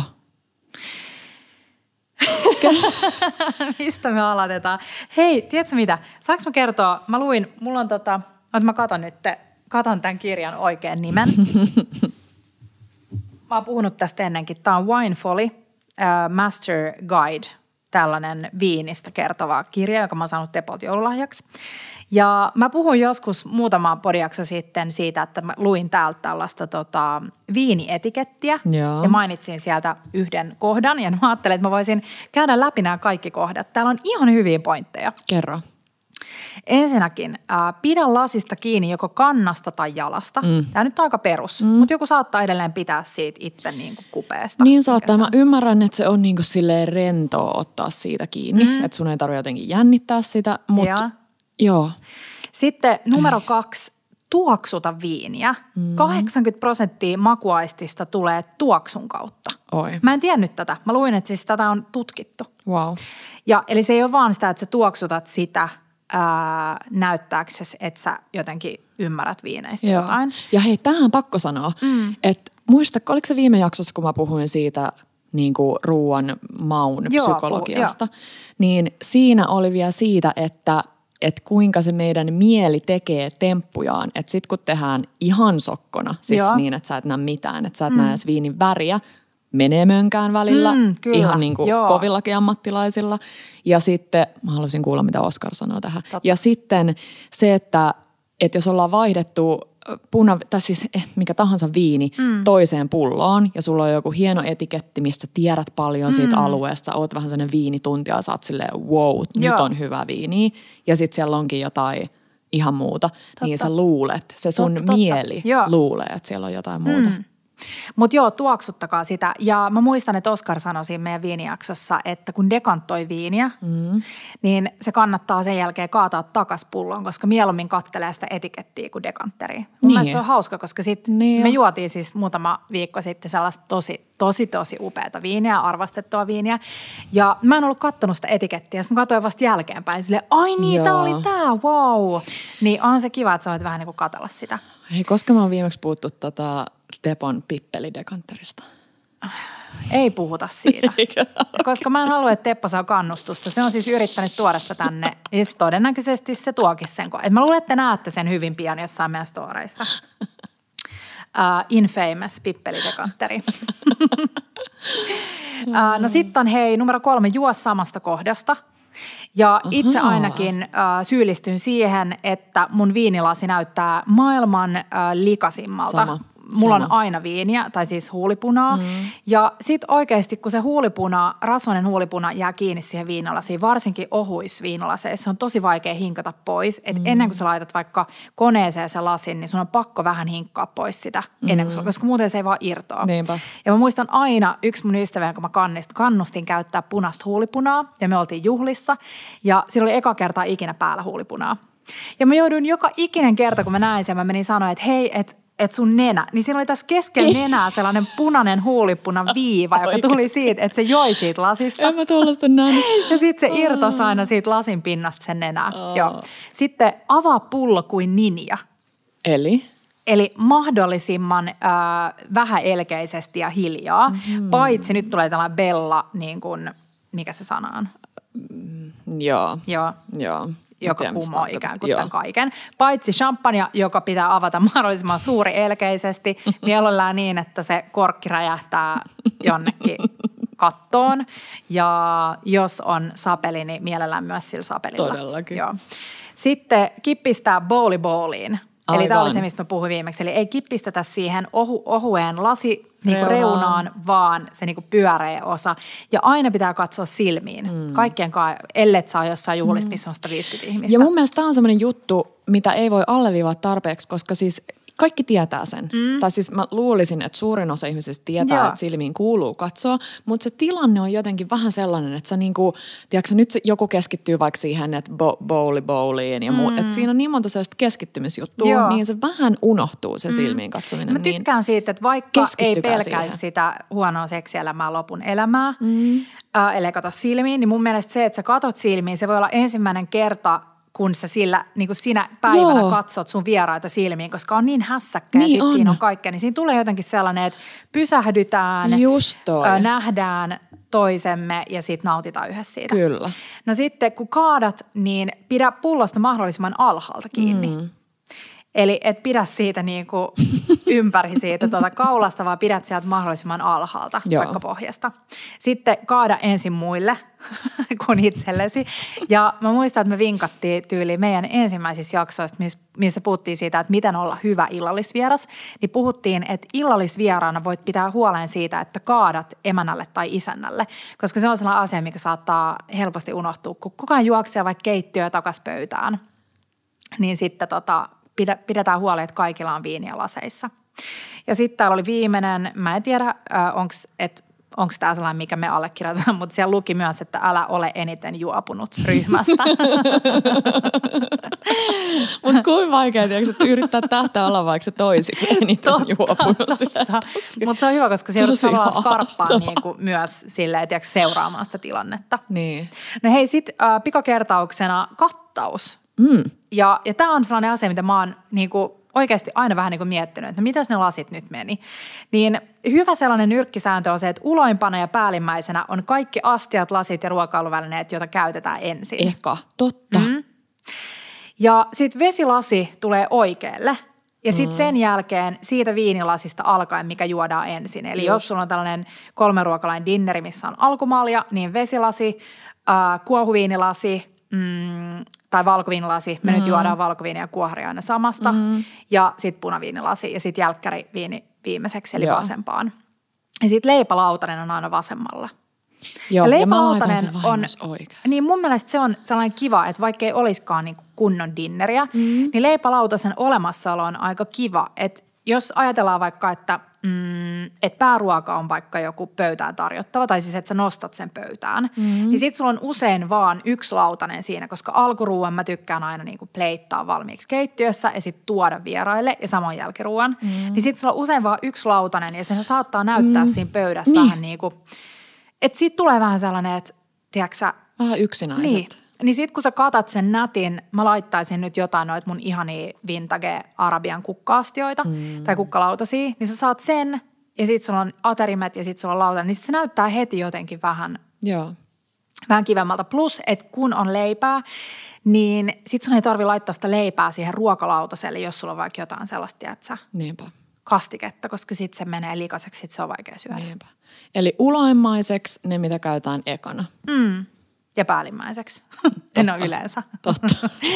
[SPEAKER 2] Mistä me aloitetaan? Hei, tiedätkö mitä? Saanko mä kertoa? Mä luin, mulla on tota, että mä katon nyt, katon tämän kirjan oikean nimen. Mä oon puhunut tästä ennenkin. Tää on Wine Folly, uh, Master Guide, tällainen viinistä kertova kirja, joka mä oon saanut Tepolta joululahjaksi. Ja mä puhuin joskus muutama podijakso sitten siitä, että mä luin täältä tällaista tota, viinietikettiä. Joo. Ja mainitsin sieltä yhden kohdan ja mä ajattelin, että mä voisin käydä läpi nämä kaikki kohdat. Täällä on ihan hyviä pointteja.
[SPEAKER 1] Kerro.
[SPEAKER 2] Ensinnäkin, äh, pidä lasista kiinni joko kannasta tai jalasta. Mm. Tämä nyt on aika perus, mm. mutta joku saattaa edelleen pitää siitä itse niin kuin kupeesta.
[SPEAKER 1] Niin saattaa. Mä ymmärrän, että se on niin kuin silleen rentoa ottaa siitä kiinni. Mm. Että sun ei tarvitse jotenkin jännittää sitä, mutta joo.
[SPEAKER 2] Sitten numero kaksi, tuoksuta viiniä. Mm. kahdeksankymmentä prosenttia makuaistista tulee tuoksun kautta.
[SPEAKER 1] Oi.
[SPEAKER 2] Mä en tiennyt tätä. Mä luin, että siis tätä on tutkittu.
[SPEAKER 1] Wow.
[SPEAKER 2] Ja eli se ei ole vaan sitä, että sä tuoksutat sitä ää, näyttääksesi, että sä jotenkin ymmärrät viineistä Joo. jotain.
[SPEAKER 1] Ja hei, tähän pakko sanoa, mm. että muistatko, oliko se viime jaksossa, kun mä puhuin siitä niin kuin ruoan maun Joo, psykologiasta, puhu, niin siinä oli vielä siitä, että että kuinka se meidän mieli tekee temppujaan. Että sit kun tehdään ihan sokkona, siis Joo. niin, että sä et näe mitään, että sä et mm. näe edes viinin väriä, menee mönkään välillä, mm, ihan niin kuin kovillakin ammattilaisilla. Ja sitten, mä haluaisin kuulla, mitä Oskar sanoo tähän. Totta. Ja sitten se, että, että jos ollaan vaihdettu puna, tai siis mikä tahansa viini mm. toiseen pulloon ja sulla on joku hieno etiketti, mistä tiedät paljon mm. siitä alueesta, sä oot vähän sellainen viinituntija ja sä oot silleen wow, nyt Joo. on hyvä viini ja sit siellä onkin jotain ihan muuta, totta. Niin sä luulet, se sun totta, mieli totta. luulee, että siellä on jotain muuta. Mm.
[SPEAKER 2] Mutta joo, tuoksuttakaa sitä. Ja mä muistan, että Oskar sanoi siinä meidän viinijaksossa, että kun dekantoi viiniä, mm. niin se kannattaa sen jälkeen kaataa takas pulloon, koska mieluummin kattelee sitä etikettiä kuin dekantteria. Mun niin. mielestä se on hauska, koska sit niin me juotiin siis muutama viikko sitten sellaista tosi, tosi, tosi upeata viiniä, arvostettua viiniä. Ja mä en ollut kattonut sitä etikettiä, sitten mä katsoin vasta jälkeenpäin silleen, ai niin, tää oli tää, wow. Niin on se kiva, että sä voit vähän niin kuin katsella sitä.
[SPEAKER 1] Hei, koska mä oon viimeksi puhuttu tota Tepon pippelidekanterista.
[SPEAKER 2] Ei puhuta siitä, koska mä en halua, että Teppo saa kannustusta. Se on siis yrittänyt tuoda sitä tänne ja todennäköisesti se tuokin sen. Et mä luulen, että te näette sen hyvin pian jossain meidän storeissa. Uh, infamous pippelidekanteri. uh, no sitten on hei, numero kolme, juo samasta kohdasta. Ja itse ainakin äh, syyllistyn siihen, että mun viinilasi näyttää maailman äh, likasimmalta.
[SPEAKER 1] Sama.
[SPEAKER 2] Mulla
[SPEAKER 1] Sama.
[SPEAKER 2] on aina viiniä, tai siis huulipunaa. Mm. Ja sit oikeasti, kun se huulipuna, rasvainen huulipuna jää kiinni siihen viinalasiin, varsinkin ohuis viinalaseissa, se on tosi vaikea hinkata pois. Et mm. ennen kuin sä laitat vaikka koneeseen sen lasin, niin sun on pakko vähän hinkkaa pois sitä, mm. ennen kuin sä, koska muuten se ei vaan irtoa.
[SPEAKER 1] Niinpä. Ja
[SPEAKER 2] mä muistan aina, yksi mun ystävä, kun mä kannustin, kannustin käyttää punaista huulipunaa, ja me oltiin juhlissa, ja sillä oli eka kertaa ikinä päällä huulipunaa. Ja mä jouduin joka ikinen kerta, kun mä näin sen, mä menin sanoa, että hei, että että sun nenä, niin siinä oli tässä keskellä nenää sellainen punainen huulipuna viiva, joka tuli siitä, että se joi siitä lasista.
[SPEAKER 1] En mä tuollaista näin.
[SPEAKER 2] Ja sitten se irtosi aina siitä lasin pinnasta sen nenää. Oh. Joo. Sitten avaa pullo kuin ninja.
[SPEAKER 1] Eli?
[SPEAKER 2] Eli mahdollisimman äh, vähäelkeisesti ja hiljaa, mm-hmm. paitsi nyt tulee tällainen bella, niin kuin, mikä se sana on?
[SPEAKER 1] Mm, joo.
[SPEAKER 2] Joo.
[SPEAKER 1] Joo.
[SPEAKER 2] Joka kumoo ikään kuin tämän kaiken. Paitsi champagne, joka pitää avata mahdollisimman suuri elkeisesti, mielellään niin, että se korkki räjähtää jonnekin kattoon. Ja jos on sapeli, niin mielellään myös sillä sapelilla.
[SPEAKER 1] Todellakin.
[SPEAKER 2] Joo. Sitten kippistää bowli bowliin. Eli tämä oli se, mistä mä puhuin viimeksi. Eli ei kippistetä siihen ohu, ohueen lasi niinku reunaan, vaan se niinku pyöreä osa. Ja aina pitää katsoa silmiin. Mm. Kaikkien kanssa, ellet saa jossain juhlissa, missä on sata viisikymmentä ihmistä.
[SPEAKER 1] Ja mun mielestä tämä on semmoinen juttu, mitä ei voi alleviivaa tarpeeksi, koska siis kaikki tietää sen. Mm. Tai siis mä luulisin, että suurin osa ihmisistä tietää, Joo. että silmiin kuuluu katsoa, mutta se tilanne on jotenkin vähän sellainen, että sä niinku, tiedätkö, nyt joku keskittyy vaikka siihen, että bo- bowli bowliin ja muu, mm. että siinä on niin monta sellaista keskittymisjuttua, Joo. niin se vähän unohtuu se silmiin katsominen.
[SPEAKER 2] Mä tykkään niin siitä, että vaikka ei pelkäisi sitä huonoa seksielämää lopun elämää, mm. äh, ellei kato silmiin, niin mun mielestä se, että sä katot silmiin, se voi olla ensimmäinen kerta, kun sä sillä, niin kuin sinä päivänä Joo. katsot sun vieraita silmiin, koska on niin hässäkkä niin ja sit on. Siinä on kaikkea. Niin siinä tulee jotenkin sellainen, että pysähdytään,
[SPEAKER 1] Just toi.
[SPEAKER 2] nähdään toisemme ja sitten nautitaan yhdessä siitä.
[SPEAKER 1] Kyllä.
[SPEAKER 2] No sitten kun kaadat, niin pidä pullosta mahdollisimman alhaalta kiinni. Mm. Eli et pidä siitä niin kuin ympäri siitä tuota kaulasta, vaan pidät sieltä mahdollisimman alhaalta, Joo. vaikka pohjasta. Sitten kaada ensin muille kuin itsellesi. Ja mä muistan, että me vinkattiin tyyliin meidän ensimmäisissä jaksoissa, missä puhuttiin siitä, että miten olla hyvä illallisvieras. Niin puhuttiin, että illallisvieraana voit pitää huolen siitä, että kaadat emännälle tai isännälle. Koska se on sellainen asia, mikä saattaa helposti unohtua, kun koko ajan juoksee vaikka keittiöä takas pöytään. Niin sitten tota... pidetään huoli, että kaikilla on viiniä laseissa. Ja sitten täällä oli viimeinen, mä en tiedä, onko tämä sellainen, mikä me allekirjoitetaan, mutta siellä luki myös, että älä ole eniten juopunut ryhmästä.
[SPEAKER 1] Mutta kuinka vaikea, tiedätkö, että yrittää tähtää olla vaikka se toisiksi eniten totta, juopunut.
[SPEAKER 2] Mutta se on hyvä, koska se joudut samalla skarppaa niinku myös silleen, tiedätkö, seuraamaan sitä tilannetta.
[SPEAKER 1] Niin.
[SPEAKER 2] No hei, sitten äh, pikakertauksena kattaus.
[SPEAKER 1] Mm.
[SPEAKER 2] Ja, ja tämä on sellainen asia, mitä mä oon niinku oikeasti aina vähän niinku miettinyt, että mitäs ne lasit nyt meni. Niin hyvä sellainen nyrkkisääntö on se, että uloimpana ja päällimmäisenä on kaikki astiat, lasit ja ruokailuvälineet, joita käytetään ensin.
[SPEAKER 1] Eka, totta.
[SPEAKER 2] Mm. Ja sitten vesilasi tulee oikealle. Ja sitten mm. sen jälkeen siitä viinilasista alkaen, mikä juodaan ensin. Eli Just. jos sulla on tällainen kolmeruokalainen dinneri, missä on alkumalja, niin vesilasi, äh, kuohuviinilasi, mm, tai valkoviinilasi. Me mm. nyt juodaan valkoviini ja kuohari aina samasta. Mm. Ja sitten punaviinilasi ja sitten jälkkäriviini viimeiseksi, eli Joo. vasempaan. Ja sitten leipälautanen on aina vasemmalla.
[SPEAKER 1] Joo,
[SPEAKER 2] ja
[SPEAKER 1] ja mä laitan sen on oikein.
[SPEAKER 2] Niin mun mielestä se on sellainen kiva, että vaikka ei olisikaan niin kunnon dinneriä, mm. niin leipälautasen olemassaolo on aika kiva. Että jos ajatellaan vaikka, että mm, et pääruoka on vaikka joku pöytään tarjottava, tai siis että sä nostat sen pöytään, mm. niin sit sulla on usein vaan yksi lautanen siinä, koska alkuruuan mä tykkään aina niin kuin pleittaa valmiiksi keittiössä ja sitten tuoda vieraille ja samoin jälkiruuan. Mm. Niin sit sulla on usein vaan yksi lautanen ja se saattaa näyttää mm. siinä pöydässä niin. vähän niin kuin, että siitä tulee vähän sellainen, että tiedätkö sä,
[SPEAKER 1] vähän yksinäiset.
[SPEAKER 2] Niin. Niin sit kun sä katat sen nätin, mä laittaisin nyt jotain noita mun ihania vintage arabian kukka-astioita mm. tai kukkalautasia, niin sä saat sen ja sit sulla on aterimet ja sit sulla on lautanen, niin sit se näyttää heti jotenkin vähän,
[SPEAKER 1] Joo.
[SPEAKER 2] vähän kivemmalta. Plus, että kun on leipää, niin sit sun ei tarvi laittaa sitä leipää siihen ruokalautaselle, jos sulla on vaikka jotain sellaista, tiedätkö,
[SPEAKER 1] Niinpä.
[SPEAKER 2] kastiketta, koska sit se menee likaiseksi, sit se on vaikea syödä.
[SPEAKER 1] Niinpä. Eli uloimmaiseksi ne, mitä käytetään ekana.
[SPEAKER 2] Mm. Ja päällimmäiseksi. En ole yleensä.
[SPEAKER 1] Totta.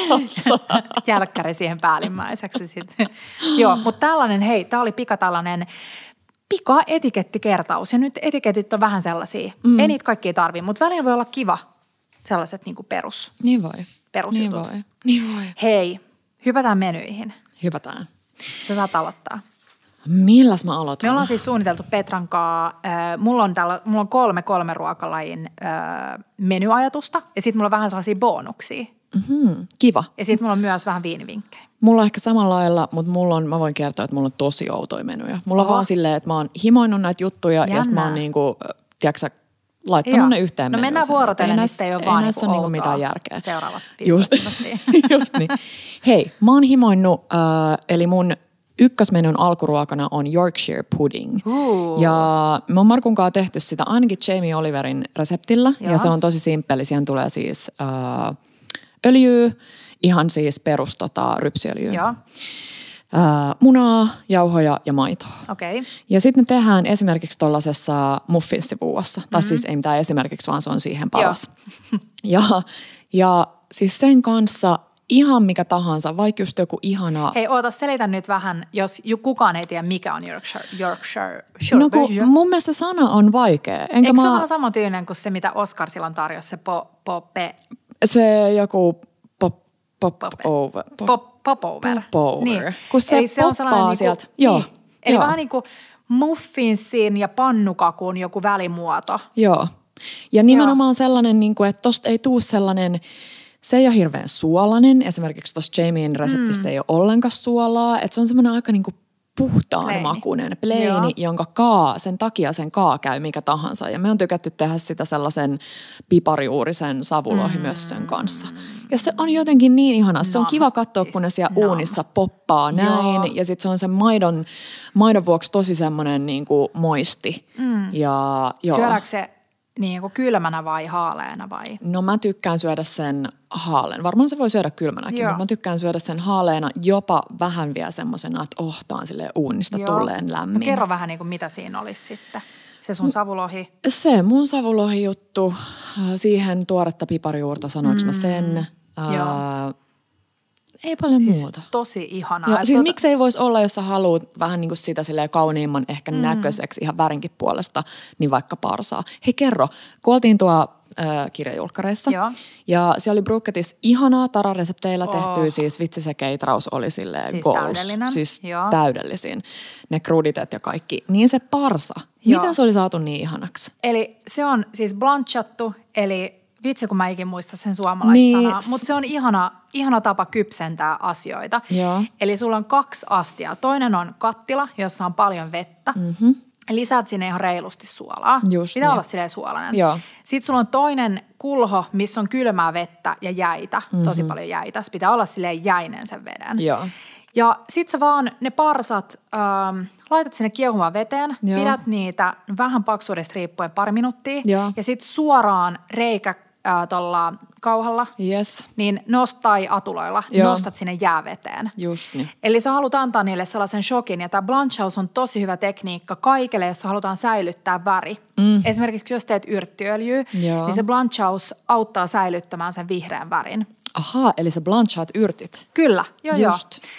[SPEAKER 1] Totta.
[SPEAKER 2] Jälkkäri siihen päällimmäiseksi sitten. Joo, mutta tällainen, hei, tämä oli pika tällainen pika etikettikertaus. Ja nyt etiketit on vähän sellaisia. Mm. Ei niitä kaikkia tarvitse, mutta välillä voi olla kiva sellaiset niin kuin perus.
[SPEAKER 1] Niin voi.
[SPEAKER 2] Perusjutut.
[SPEAKER 1] Niin voi. Niin voi.
[SPEAKER 2] Hei, hypätään menyihin.
[SPEAKER 1] Hypätään.
[SPEAKER 2] Sä saat aloittaa.
[SPEAKER 1] Milläs mä aloitan?
[SPEAKER 2] Me ollaan siis suunniteltu Petran kanssa, äh, mulla, on täällä, mulla on kolme kolme ruokalajin äh, menyajatusta ja sitten mulla on vähän sellaisia bonuksia.
[SPEAKER 1] Mm-hmm. Kiva.
[SPEAKER 2] Ja sitten mulla on myös vähän viinivinkkejä.
[SPEAKER 1] Mulla on ehkä samalla lailla, mutta mulla on, mä voin kertoa, että mulla on tosi outoja menuja. Mulla Oho. on vaan silleen, että mä oon himoinut näitä juttuja Jännää. ja sitten mä oon niinku, tiedätkö laittanut Joo. ne yhteen
[SPEAKER 2] No mennään vuorotellen, niin ei ole vaan niinku
[SPEAKER 1] outoa. Mitään järkeä.
[SPEAKER 2] Seuraavat
[SPEAKER 1] Just, just niin. Hei, mä oon himoinut, äh, eli mun ykkösmenun alkuruokana on Yorkshire pudding.
[SPEAKER 2] Uh.
[SPEAKER 1] Ja me on Markun kanssa tehty sitä ainakin Jamie Oliverin reseptillä. Ja, ja se on tosi simppeli. Siihen tulee siis äh, öljyä, ihan siis perus tota, rypsiöljyä.
[SPEAKER 2] Joo.
[SPEAKER 1] Äh, munaa, jauhoja ja maitoa.
[SPEAKER 2] Okay.
[SPEAKER 1] Ja sitten ne tehdään esimerkiksi tuollaisessa muffinssipuuassa. Mm-hmm. Tai siis ei mitään esimerkiksi, vaan se on siihen palas. ja, ja siis sen kanssa ihan mikä tahansa, vaikka just joku ihana...
[SPEAKER 2] Hei, oota, selitä nyt vähän, jos kukaan ei tiedä, mikä on Yorkshire. Yorkshire. Sure,
[SPEAKER 1] no kun mun mielestä se sana on vaikea. Enkä
[SPEAKER 2] Eikö
[SPEAKER 1] mä...
[SPEAKER 2] se ole sama tyylinen kuin se, mitä Oscar silloin tarjosi, se po, po, pe?
[SPEAKER 1] Se joku pop... Pop over.
[SPEAKER 2] Pop, pop, pop over.
[SPEAKER 1] Pop over.
[SPEAKER 2] Niin.
[SPEAKER 1] Kun se,
[SPEAKER 2] Eli se on
[SPEAKER 1] poppaa
[SPEAKER 2] niinku,
[SPEAKER 1] sieltä.
[SPEAKER 2] Niin.
[SPEAKER 1] Joo.
[SPEAKER 2] Eli
[SPEAKER 1] Joo.
[SPEAKER 2] vähän niin kuin muffinsin ja pannukakun joku välimuoto.
[SPEAKER 1] Joo. Ja nimenomaan Joo. sellainen, niin kuin, että tosta ei tuu sellainen, se ei ole hirveän suolainen. Esimerkiksi tuossa Jamien reseptissä mm. ei ole ollenkaan suolaa. Että se on semmoinen aika niin kuin puhtaan
[SPEAKER 2] Pleini.
[SPEAKER 1] makuinen pleini, jonka kaa, sen takia sen kaa käy mikä tahansa. Ja me on tykätty tehdä sitä sellaisen piparijuurisen savulohimössön mm. kanssa. Ja se on jotenkin niin ihana. Se on no, kiva katsoa, siis, kun ne siellä no. uunissa poppaa näin. Joo. Ja sitten se on sen maidon, maidon vuoksi tosi semmoinen niin kuin moisti. Mm. Ja,
[SPEAKER 2] syödäänkö se niin kuin kylmänä vai haaleena vai?
[SPEAKER 1] No mä tykkään syödä sen haaleena. Varmaan se voi syödä kylmänäkin, Joo. mutta mä tykkään syödä sen haaleena jopa vähän vielä semmosena, että ohtaan silleen uunista Joo. tulleen lämmin.
[SPEAKER 2] No kerro vähän niin kuin mitä siinä olisi sitten. Se sun savulohi?
[SPEAKER 1] Se mun savulohi-juttu. Siihen tuoretta piparijuurta, sanoinko mm. mä sen?
[SPEAKER 2] Joo.
[SPEAKER 1] Ää, ei paljon
[SPEAKER 2] siis
[SPEAKER 1] muuta.
[SPEAKER 2] Tosi ihanaa.
[SPEAKER 1] Joo, siis tuota... miksei voisi olla, jos sä haluat vähän niin kuin sitä silleen kauniimman ehkä mm. näköiseksi ihan värinkin puolesta, niin vaikka parsaa. Hei kerro, kun oltiin tuo äh, kirjajulkkareissa
[SPEAKER 2] Joo.
[SPEAKER 1] ja siellä oli Brooketis ihanaa tararesepteillä oh. tehtyä, siis vitsi se keitraus oli silleen
[SPEAKER 2] siis
[SPEAKER 1] goals.
[SPEAKER 2] Täydellinen.
[SPEAKER 1] Siis
[SPEAKER 2] Joo.
[SPEAKER 1] täydellisin. Ne kruditet ja kaikki. Niin se parsa.
[SPEAKER 2] Joo.
[SPEAKER 1] Miten se oli saatu niin ihanaksi? Eli
[SPEAKER 2] se on siis blanchattu, eli vitsi, kun mä ikin muista sen suomalaista
[SPEAKER 1] niin.
[SPEAKER 2] sanaa. Mutta se on ihana, ihana tapa kypsentää asioita.
[SPEAKER 1] Joo.
[SPEAKER 2] Eli sulla on kaksi astiaa. Toinen on kattila, jossa on paljon vettä.
[SPEAKER 1] Mm-hmm.
[SPEAKER 2] Lisäät sinne ihan reilusti suolaa.
[SPEAKER 1] Just
[SPEAKER 2] Pitää
[SPEAKER 1] niin.
[SPEAKER 2] olla silleen suolainen.
[SPEAKER 1] Joo.
[SPEAKER 2] Sitten sulla on toinen kulho, missä on kylmää vettä ja jäitä. Mm-hmm. Tosi paljon jäitä. Se pitää olla silleen jäinen sen veden.
[SPEAKER 1] Joo.
[SPEAKER 2] Ja sit sä vaan ne parsat ähm, laitat sinne kiehumaan veteen,
[SPEAKER 1] Joo.
[SPEAKER 2] pidät niitä vähän paksuudesta riippuen pari minuuttia.
[SPEAKER 1] Joo.
[SPEAKER 2] Ja sit suoraan reikä äh, tuolla kauhalla,
[SPEAKER 1] yes.
[SPEAKER 2] niin nost tai atuloilla,
[SPEAKER 1] Joo.
[SPEAKER 2] nostat sinne jääveteen.
[SPEAKER 1] Just niin.
[SPEAKER 2] Eli sä haluat antaa niille sellaisen shokin, ja tämä blanchaus on tosi hyvä tekniikka kaikille, jos halutaan säilyttää väri. Mm. Esimerkiksi jos teet yrttiöljyä,
[SPEAKER 1] Joo.
[SPEAKER 2] niin se blanchaus auttaa säilyttämään sen vihreän värin.
[SPEAKER 1] Ahaa, eli sä blanchaat yrtit.
[SPEAKER 2] Kyllä, joo
[SPEAKER 1] Just.
[SPEAKER 2] joo.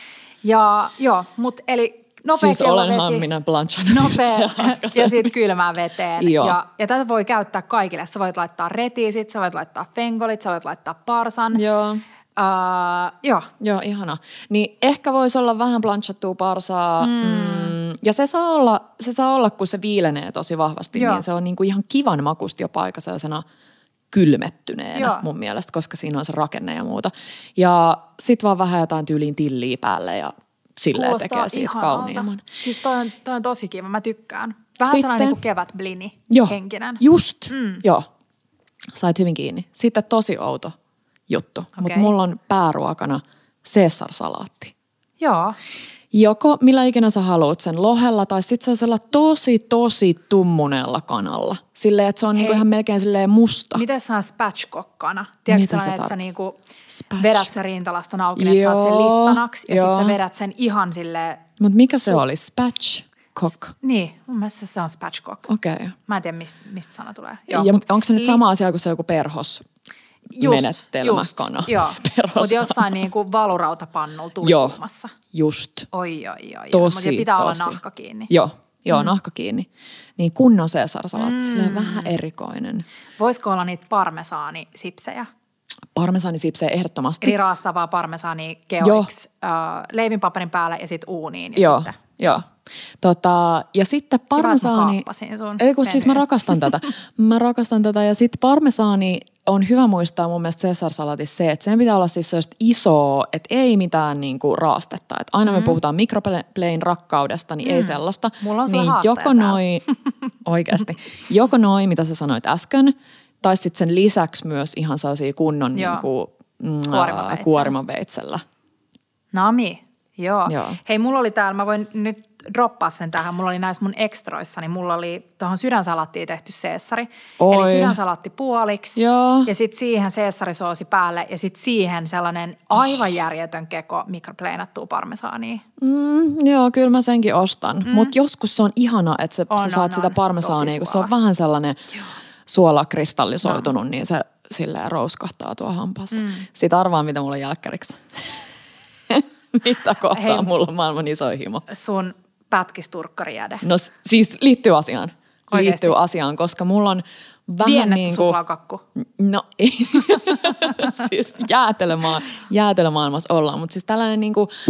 [SPEAKER 2] Ja joo, mutta eli nopea
[SPEAKER 1] siis
[SPEAKER 2] kellovesi.
[SPEAKER 1] olenhan minä blanchannut
[SPEAKER 2] nopea ja sitten kylmään veteen.
[SPEAKER 1] Joo.
[SPEAKER 2] Ja, ja tätä voi käyttää kaikille. Sä voit laittaa retiisit, sä voit laittaa fengolit, sä voit laittaa parsan.
[SPEAKER 1] Joo.
[SPEAKER 2] Uh, joo.
[SPEAKER 1] Joo, ihana. Niin ehkä voisi olla vähän blanchattua parsaa. Mm. Mm, ja se saa, olla, se saa olla, kun se viilenee tosi vahvasti, joo. niin se on niinku ihan kivan makusti jopa aika sellaisena kylmettyneenä Joo. mun mielestä, koska siinä on se rakenne ja muuta. Ja sit vaan vähän jotain tyyliin tilliä päälle ja silleen
[SPEAKER 2] kuulostaa
[SPEAKER 1] tekee siitä
[SPEAKER 2] ihanalta.
[SPEAKER 1] kauniimman.
[SPEAKER 2] Siis toi on, toi on tosi kiva, mä tykkään. Vähän
[SPEAKER 1] Sitten,
[SPEAKER 2] sellainen kuin kevätblini
[SPEAKER 1] jo,
[SPEAKER 2] henkinen.
[SPEAKER 1] Just, mm. joo. Sait hyvin kiinni. Sitten tosi outo juttu, okay. mutta mulla on pääruokana Caesar-salaatti.
[SPEAKER 2] Joo.
[SPEAKER 1] Joko millä ikinä sä haluat sen lohella tai sit sellaisella tosi tosi tummunella kanalla. Silleen, että se on niinku ihan melkein silleen musta.
[SPEAKER 2] Miten sä spatchcock-kana? Tiedätkö sellainen, että sä niinku vedät sen rintalasta auki, että saat sen littanaksi ja joo. sit sä vedät sen ihan silleen.
[SPEAKER 1] Mut mikä se su- oli? Spatchcock?
[SPEAKER 2] S- niin, mun mielestä se on spatchcock.
[SPEAKER 1] Okei. Okay.
[SPEAKER 2] Mä en tiedä, mistä, mistä sana tulee. Joo,
[SPEAKER 1] ja
[SPEAKER 2] mut
[SPEAKER 1] onko se nyt
[SPEAKER 2] li-
[SPEAKER 1] sama asia kuin se joku perhos?
[SPEAKER 2] Just,
[SPEAKER 1] menetelmä
[SPEAKER 2] just,
[SPEAKER 1] kana.
[SPEAKER 2] Joo, mutta jossain niinku valurautapannulla tuikumassa.
[SPEAKER 1] Just.
[SPEAKER 2] Oi, oi, oi.
[SPEAKER 1] Tosi,
[SPEAKER 2] mutta pitää
[SPEAKER 1] tosi.
[SPEAKER 2] olla nahka kiinni.
[SPEAKER 1] Joo, joo
[SPEAKER 2] mm.
[SPEAKER 1] nahka kiinni. Niin kunnon Caesar-salaatti, mm. silleen vähän erikoinen.
[SPEAKER 2] Voisiko olla niitä parmesaanisipsejä?
[SPEAKER 1] Parmesaanisipsejä ehdottomasti.
[SPEAKER 2] Eli raastavaa parmesaani keoiksi äh, leivinpaperin päälle ja sitten uuniin. Ja
[SPEAKER 1] joo,
[SPEAKER 2] sitten.
[SPEAKER 1] joo. Tota, ja sitten parmesaani, ei kun siis mä rakastan tätä, mä rakastan tätä ja sitten parmesaani on hyvä muistaa mun mielestä Caesar-salaatissa se, että sen pitää olla siis sellaista isoa, että ei mitään niinku raastetta. Et aina me mm. puhutaan microplane rakkaudesta, niin mm. ei sellaista.
[SPEAKER 2] Mulla on
[SPEAKER 1] niin joko noi, oikeasti, joko noi, mitä sä sanoit äsken, tai sitten sen lisäksi myös ihan sellaisia kunnon niinku, mm, kuorimaveitsellä.
[SPEAKER 2] Nami, joo.
[SPEAKER 1] joo.
[SPEAKER 2] Hei, mulla oli täällä, mä voin nyt droppaa sen tähän. Mulla oli näissä mun ekstroissa, niin mulla oli tuohon sydänsalattiin tehty Caesari.
[SPEAKER 1] Oi.
[SPEAKER 2] Eli sydänsalatti puoliksi.
[SPEAKER 1] Joo.
[SPEAKER 2] Ja sitten siihen Caesarisoosi päälle ja sitten siihen sellainen aivan järjetön keko mikropleinattua parmesaania.
[SPEAKER 1] Mm, joo, kyllä mä senkin ostan. Mm. Mutta joskus se on ihana, että sä,
[SPEAKER 2] on,
[SPEAKER 1] sä saat
[SPEAKER 2] on,
[SPEAKER 1] sitä
[SPEAKER 2] on.
[SPEAKER 1] parmesaania, kun se on vähän sellainen suola kristallisoitunut, no. niin se silleen rouskahtaa tuo hampaassa. Mm. Sitten arvaa, mitä mulla on jälkkäriksi. Mitä kohtaa Hei, mulla on maailman isoin himo.
[SPEAKER 2] Sun pätkisturkkarijäde.
[SPEAKER 1] No siis liittyy asiaan.
[SPEAKER 2] Oikeasti?
[SPEAKER 1] Liittyy asiaan, koska mulla on, vähän
[SPEAKER 2] Viennetty
[SPEAKER 1] niin kuin,
[SPEAKER 2] suklaakakku.
[SPEAKER 1] No ei, siis jäätelömaa, jäätelömaailmassa ollaan, mutta siis tällainen niin kuin,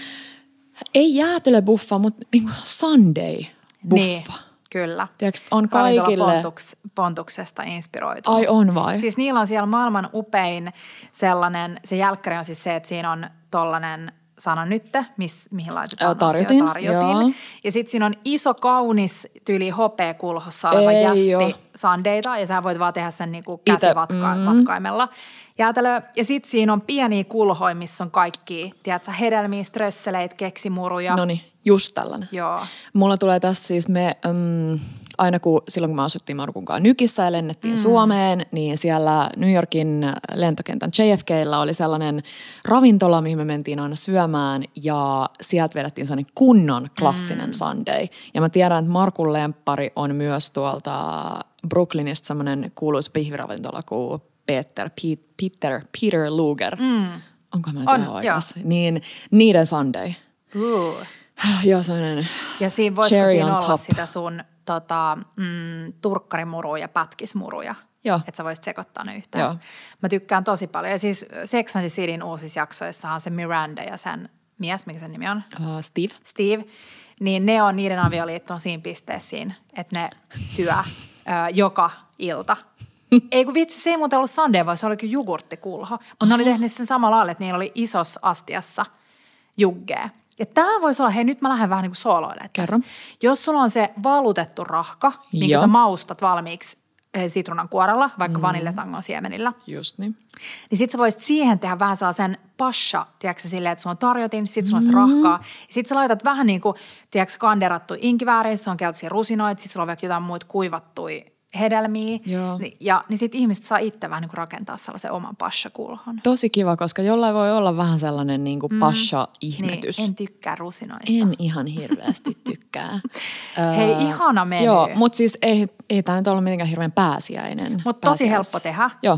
[SPEAKER 1] ei jäätelöbuffa, mutta niin kuin Sunday-buffa.
[SPEAKER 2] Niin, kyllä.
[SPEAKER 1] Tiedätkö, on kaikille.
[SPEAKER 2] Pontuks, Pontuksesta inspiroitunut.
[SPEAKER 1] Ai on vai?
[SPEAKER 2] Siis niillä on siellä maailman upein sellainen, se jälkkäri on siis se, että siinä on tollainen sana nytte, miss, mihin laitetaan
[SPEAKER 1] tarjotin,
[SPEAKER 2] tarjotin. Ja sitten siinä on iso, kaunis tyyli hopeakulhossa oleva jätti sandeita, ja sä voit vaan tehdä sen niinku käsivatkaimella. Mm. Jäätelö. Ja sitten siinä on pieniä kulhoja, missä on kaikki, tiedätkö, hedelmiä, strösseleitä, keksimuruja.
[SPEAKER 1] Noniin, just tällainen.
[SPEAKER 2] Joo.
[SPEAKER 1] Mulla tulee tässä siis me... Um, aina kun silloin, kun me asuttiin Markun kanssa Nykissä ja lennettiin mm. Suomeen, niin siellä New Yorkin lentokentän J F K:llä oli sellainen ravintola, mihin me mentiin aina syömään ja sieltä vedettiin sellainen kunnon klassinen mm. sundae. Ja mä tiedän, että Markun lemppari on myös tuolta Brooklynista sellainen kuuluisa pihviravintola kuin Peter, Peter, Peter Luger. Mm. Onko mä nyt oikeassa? Niin niiden sundae.
[SPEAKER 2] Uh.
[SPEAKER 1] Joo, sellainen
[SPEAKER 2] ja siinä voisiko siinä olla top. Sitä sun tota, mm, turkkarimuruja ja pätkismuruja, että sä voisit sekoittaa ne yhteen. Joo. Mä tykkään tosi paljon. Ja siis Sex and the Cityn uusissa jaksoissa on se Miranda ja sen mies, mikä sen nimi on?
[SPEAKER 1] Uh, Steve.
[SPEAKER 2] Steve. Niin ne on, niiden avioliitto on siinä pisteessä siinä, että ne syö ö, joka ilta. Ei kun vitsi, se ei muuten ollut sundae, vaan se olikin jogurttikulho. Mutta ne oli tehnyt sen samalla lailla, että niillä oli isossa astiassa juggea. Ja tämä voisi olla, hei nyt mä lähden vähän niin kuin sooloilemaan tästä. Jos sulla on se valutettu rahka, minkä Joo. sä maustat valmiiksi sitruunan kuorella, vaikka mm. vanilletangon siemenillä.
[SPEAKER 1] Just niin.
[SPEAKER 2] Niin sit sä voisit siihen tehdä vähän sellaisen pasha, tiedätkö silleen, että sulla on tarjotin, sit sulla on sitä rahkaa. Ja sit sä laitat vähän niin kuin, tiedätkö, kanderattu inkivääriä, se on keltaisia rusinoita, sit sulla on vaikka jotain muita kuivattuja hedelmiä. Ni, ja niin sit ihmiset saa itse vähän niin kuin rakentaa sellaisen oman pasha-kulhon.
[SPEAKER 1] Tosi kiva, koska jollain voi olla vähän sellainen niin kuin pasha-ihmetys.
[SPEAKER 2] Niin, en tykkää rusinoista.
[SPEAKER 1] En ihan hirveästi tykkää.
[SPEAKER 2] Hei, ihana menu.
[SPEAKER 1] Joo, mutta siis ei, ei tämä nyt ollut mitenkään hirveän pääsiäinen.
[SPEAKER 2] Mutta tosi helppo tehdä.
[SPEAKER 1] Joo.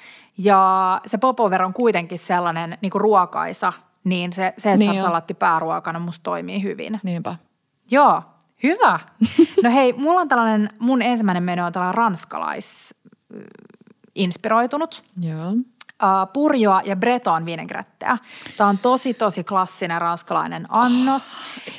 [SPEAKER 2] Ja se popover on kuitenkin sellainen niin kuin ruokaisa, niin se Caesar-salatti niin pääruokana musta toimii hyvin.
[SPEAKER 1] Niinpä.
[SPEAKER 2] Joo. Hyvä. No hei, mulla on tällainen, mun ensimmäinen menu on tällainen ranskalais-inspiroitunut.
[SPEAKER 1] Joo.
[SPEAKER 2] Uh, purjoa ja breton vinegretteä. Tämä on tosi, tosi klassinen ranskalainen annos. Oh,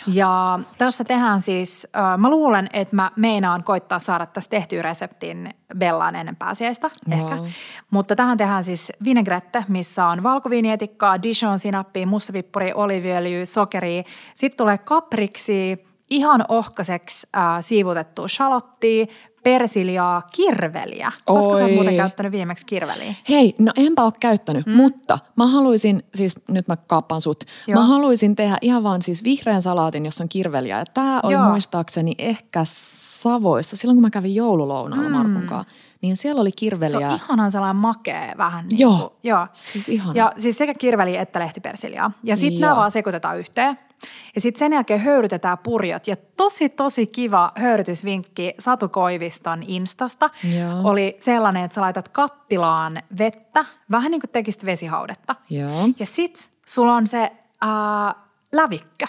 [SPEAKER 2] ja tässä tehdään siis, uh, mä luulen, että mä meinaan koittaa saada tästä tehtyä reseptin Bellaan ennen pääsiäistä ehkä. Wow. Mutta tähän tehdään siis vinaigrette, missä on valkoviinietikkaa, Dijon-sinappia, mustapippuri, oliiviöljyä, sokeria. Sitten tulee kapriksia, ihan ohkaiseksi äh, siivutettua shalottia, persiljaa, kirveliä. Olisiko sä oot muuten käyttänyt viimeksi kirveliä?
[SPEAKER 1] Hei, no enpä ole käyttänyt, mm. mutta mä haluaisin, siis nyt mä kaappaan sut, Joo. mä haluaisin tehdä ihan vaan siis vihreän salaatin, jossa on kirveliä. Ja tää oli Joo. muistaakseni ehkä Savoissa, silloin kun mä kävin joululounaalla mm. Markun kanssa, niin siellä oli kirveliä.
[SPEAKER 2] Se on ihanan sellainen makea vähän. Niin
[SPEAKER 1] Joo,
[SPEAKER 2] kuin, joo.
[SPEAKER 1] siis ihana.
[SPEAKER 2] Ja siis sekä kirveliä että lehtipersiljaa. Ja sitten nämä vaan sekoitetaan yhteen. Ja sitten sen jälkeen höyrytetään purjot. Ja tosi, tosi kiva höyrytysvinkki Satu Koiviston Instasta Joo. oli sellainen, että sä laitat kattilaan vettä, vähän niin kuin tekisit vesihaudetta.
[SPEAKER 1] Joo.
[SPEAKER 2] Ja sitten sulla on se ää, lävikkö.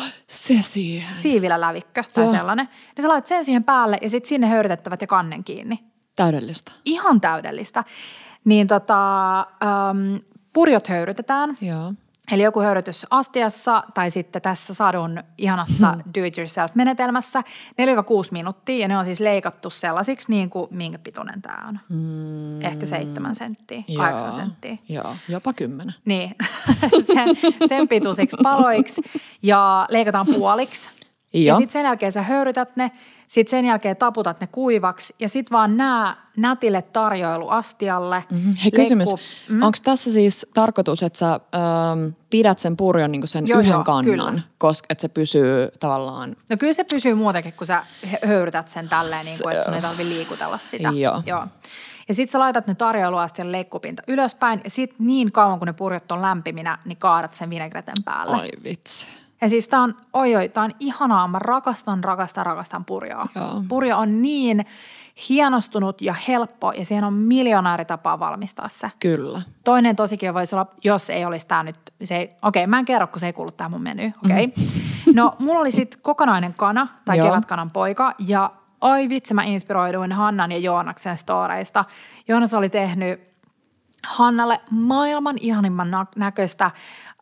[SPEAKER 1] Se siihen.
[SPEAKER 2] Siivilä lävikkö tai Joo. sellainen. Ja sä laitat sen siihen päälle ja sitten sinne höyrytettävät ja kannen kiinni.
[SPEAKER 1] Täydellistä.
[SPEAKER 2] Ihan täydellistä. Niin tota, äm, purjot höyrytetään.
[SPEAKER 1] Joo.
[SPEAKER 2] Eli joku höyrytys astiassa tai sitten tässä Sadun ihanassa hmm. do-it-yourself-menetelmässä neljä kuusi minuuttia. Ja ne on siis leikattu sellaisiksi niin kuin minkä pituinen tämä on. Hmm. Ehkä seitsemän senttiä, Joo. kahdeksan senttiä.
[SPEAKER 1] Joo, jopa kymmenen.
[SPEAKER 2] Niin, sen, sen pituisiksi paloiksi ja leikataan puoliksi. Joo. Ja sitten sen jälkeen sä höyrytät ne. Sitten sen jälkeen taputat ne kuivaksi ja sitten vaan nää nätille tarjoiluastialle.
[SPEAKER 1] Mm-hmm. Hei kysymys, mm-hmm. onko tässä siis tarkoitus, että sä ähm, pidät sen purjon niin kuin sen joo, yhden joo, kannan, koska että se pysyy tavallaan?
[SPEAKER 2] No kyllä se pysyy muutenkin, kun sä höyrytät sen tälleen, niin kuin, että sun ei tarvitse liikutella sitä.
[SPEAKER 1] Joo.
[SPEAKER 2] joo. Ja sitten sä laitat ne tarjoiluastialle leikkupinta ylöspäin ja sitten niin kauan, kun ne purjot on lämpiminä, niin kaadat sen vinagreten päälle.
[SPEAKER 1] Ai vitsi.
[SPEAKER 2] Ja siis tää on, oi oi, tää on ihanaa. Mä rakastan, rakastan, rakastan purjoa.
[SPEAKER 1] Joo.
[SPEAKER 2] Purjo on niin hienostunut ja helppo ja siihen on miljoona eri tapaa valmistaa se.
[SPEAKER 1] Kyllä.
[SPEAKER 2] Toinen tosikin voisi olla, jos ei olisi tää nyt, se okei, mä en kerro, kun se ei kuulu tähän mun menyyn, okei. Okay. Mm-hmm. No mulla oli sit kokonainen kana tai kevätkanan poika ja oi vitsi, mä inspiroiduin Hannan ja Joonaksen storeista. Joonas oli tehnyt Hannalle maailman ihanimman näköistä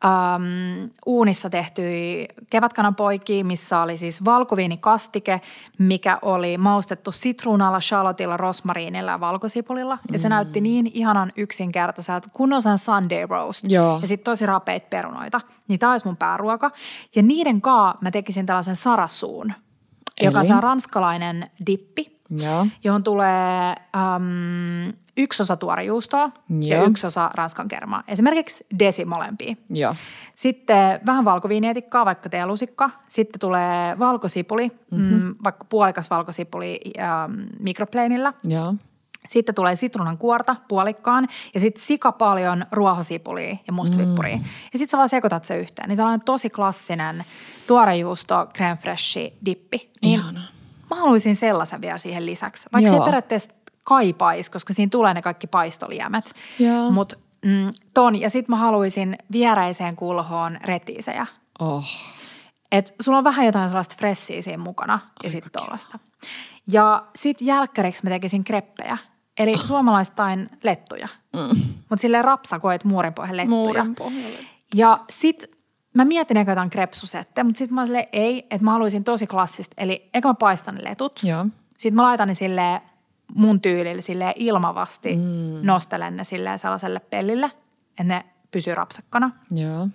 [SPEAKER 2] Um, uunissa tehtyi kevätkananpoikia, missä oli siis valkoviinikastike, mikä oli maustettu sitruunalla, shallotilla, rosmariinilla ja valkosipulilla. Mm. Ja se näytti niin ihanan yksinkertaiselta, kunnon sen Sunday roast.
[SPEAKER 1] Joo.
[SPEAKER 2] Ja sitten tosi rapeita perunoita. Niin tää olisi mun pääruoka. Ja niiden kaa mä tekisin tällaisen sarasuun, Eli? joka on ranskalainen dippi,
[SPEAKER 1] Joo.
[SPEAKER 2] johon tulee um, yksi osa tuorejuustoa ja yksi osa ranskan kermaa. Esimerkiksi desi molempia.
[SPEAKER 1] Joo.
[SPEAKER 2] Sitten vähän valkoviinietikkaa, vaikka teelusikka. Sitten tulee valkosipuli, mm-hmm. mm, vaikka puolikas valkosipuli ähm, mikropleinillä.
[SPEAKER 1] Joo.
[SPEAKER 2] Sitten tulee sitruunan kuorta puolikkaan ja sitten sika paljon ruohosipulia ja mustapippuria. Mm. Ja sitten sä vaan sekoitat se yhteen. Niin tällainen tosi klassinen tuorejuusto crème fraîche dippi. Niin
[SPEAKER 1] ihana.
[SPEAKER 2] Mä haluaisin sellaisen vielä siihen lisäksi. Vaikka Joo. se ei periaatteessa kaipaisi, koska siinä tulee ne kaikki paistoliemet. Mutta mm, ton, ja sitten mä haluaisin viereiseen kulhoon retiisejä.
[SPEAKER 1] Oh.
[SPEAKER 2] Et sulla on vähän jotain sellaista fressiä siinä mukana Aika ja sitten tollaista. Ja sitten jälkkäriksi mä tekisin kreppejä. Eli oh. suomalaistain lettuja. Mm. Mutta silleen rapsakoit muurinpohjan lettuja.
[SPEAKER 1] Muurinpohjalle.
[SPEAKER 2] Ja sitten mä mietin ehkä jotain krepsusette, mutta sitten mä silleen ei, että mä haluaisin tosi klassista. Eli eikä mä paistan ne letut.
[SPEAKER 1] Joo.
[SPEAKER 2] Sitten mä laitan ne silleen mun tyylillä silleen ilmavasti, mm. nostelen ne silleen sellaiselle pellille, että ne pysyy rapsakkana.
[SPEAKER 1] Joo.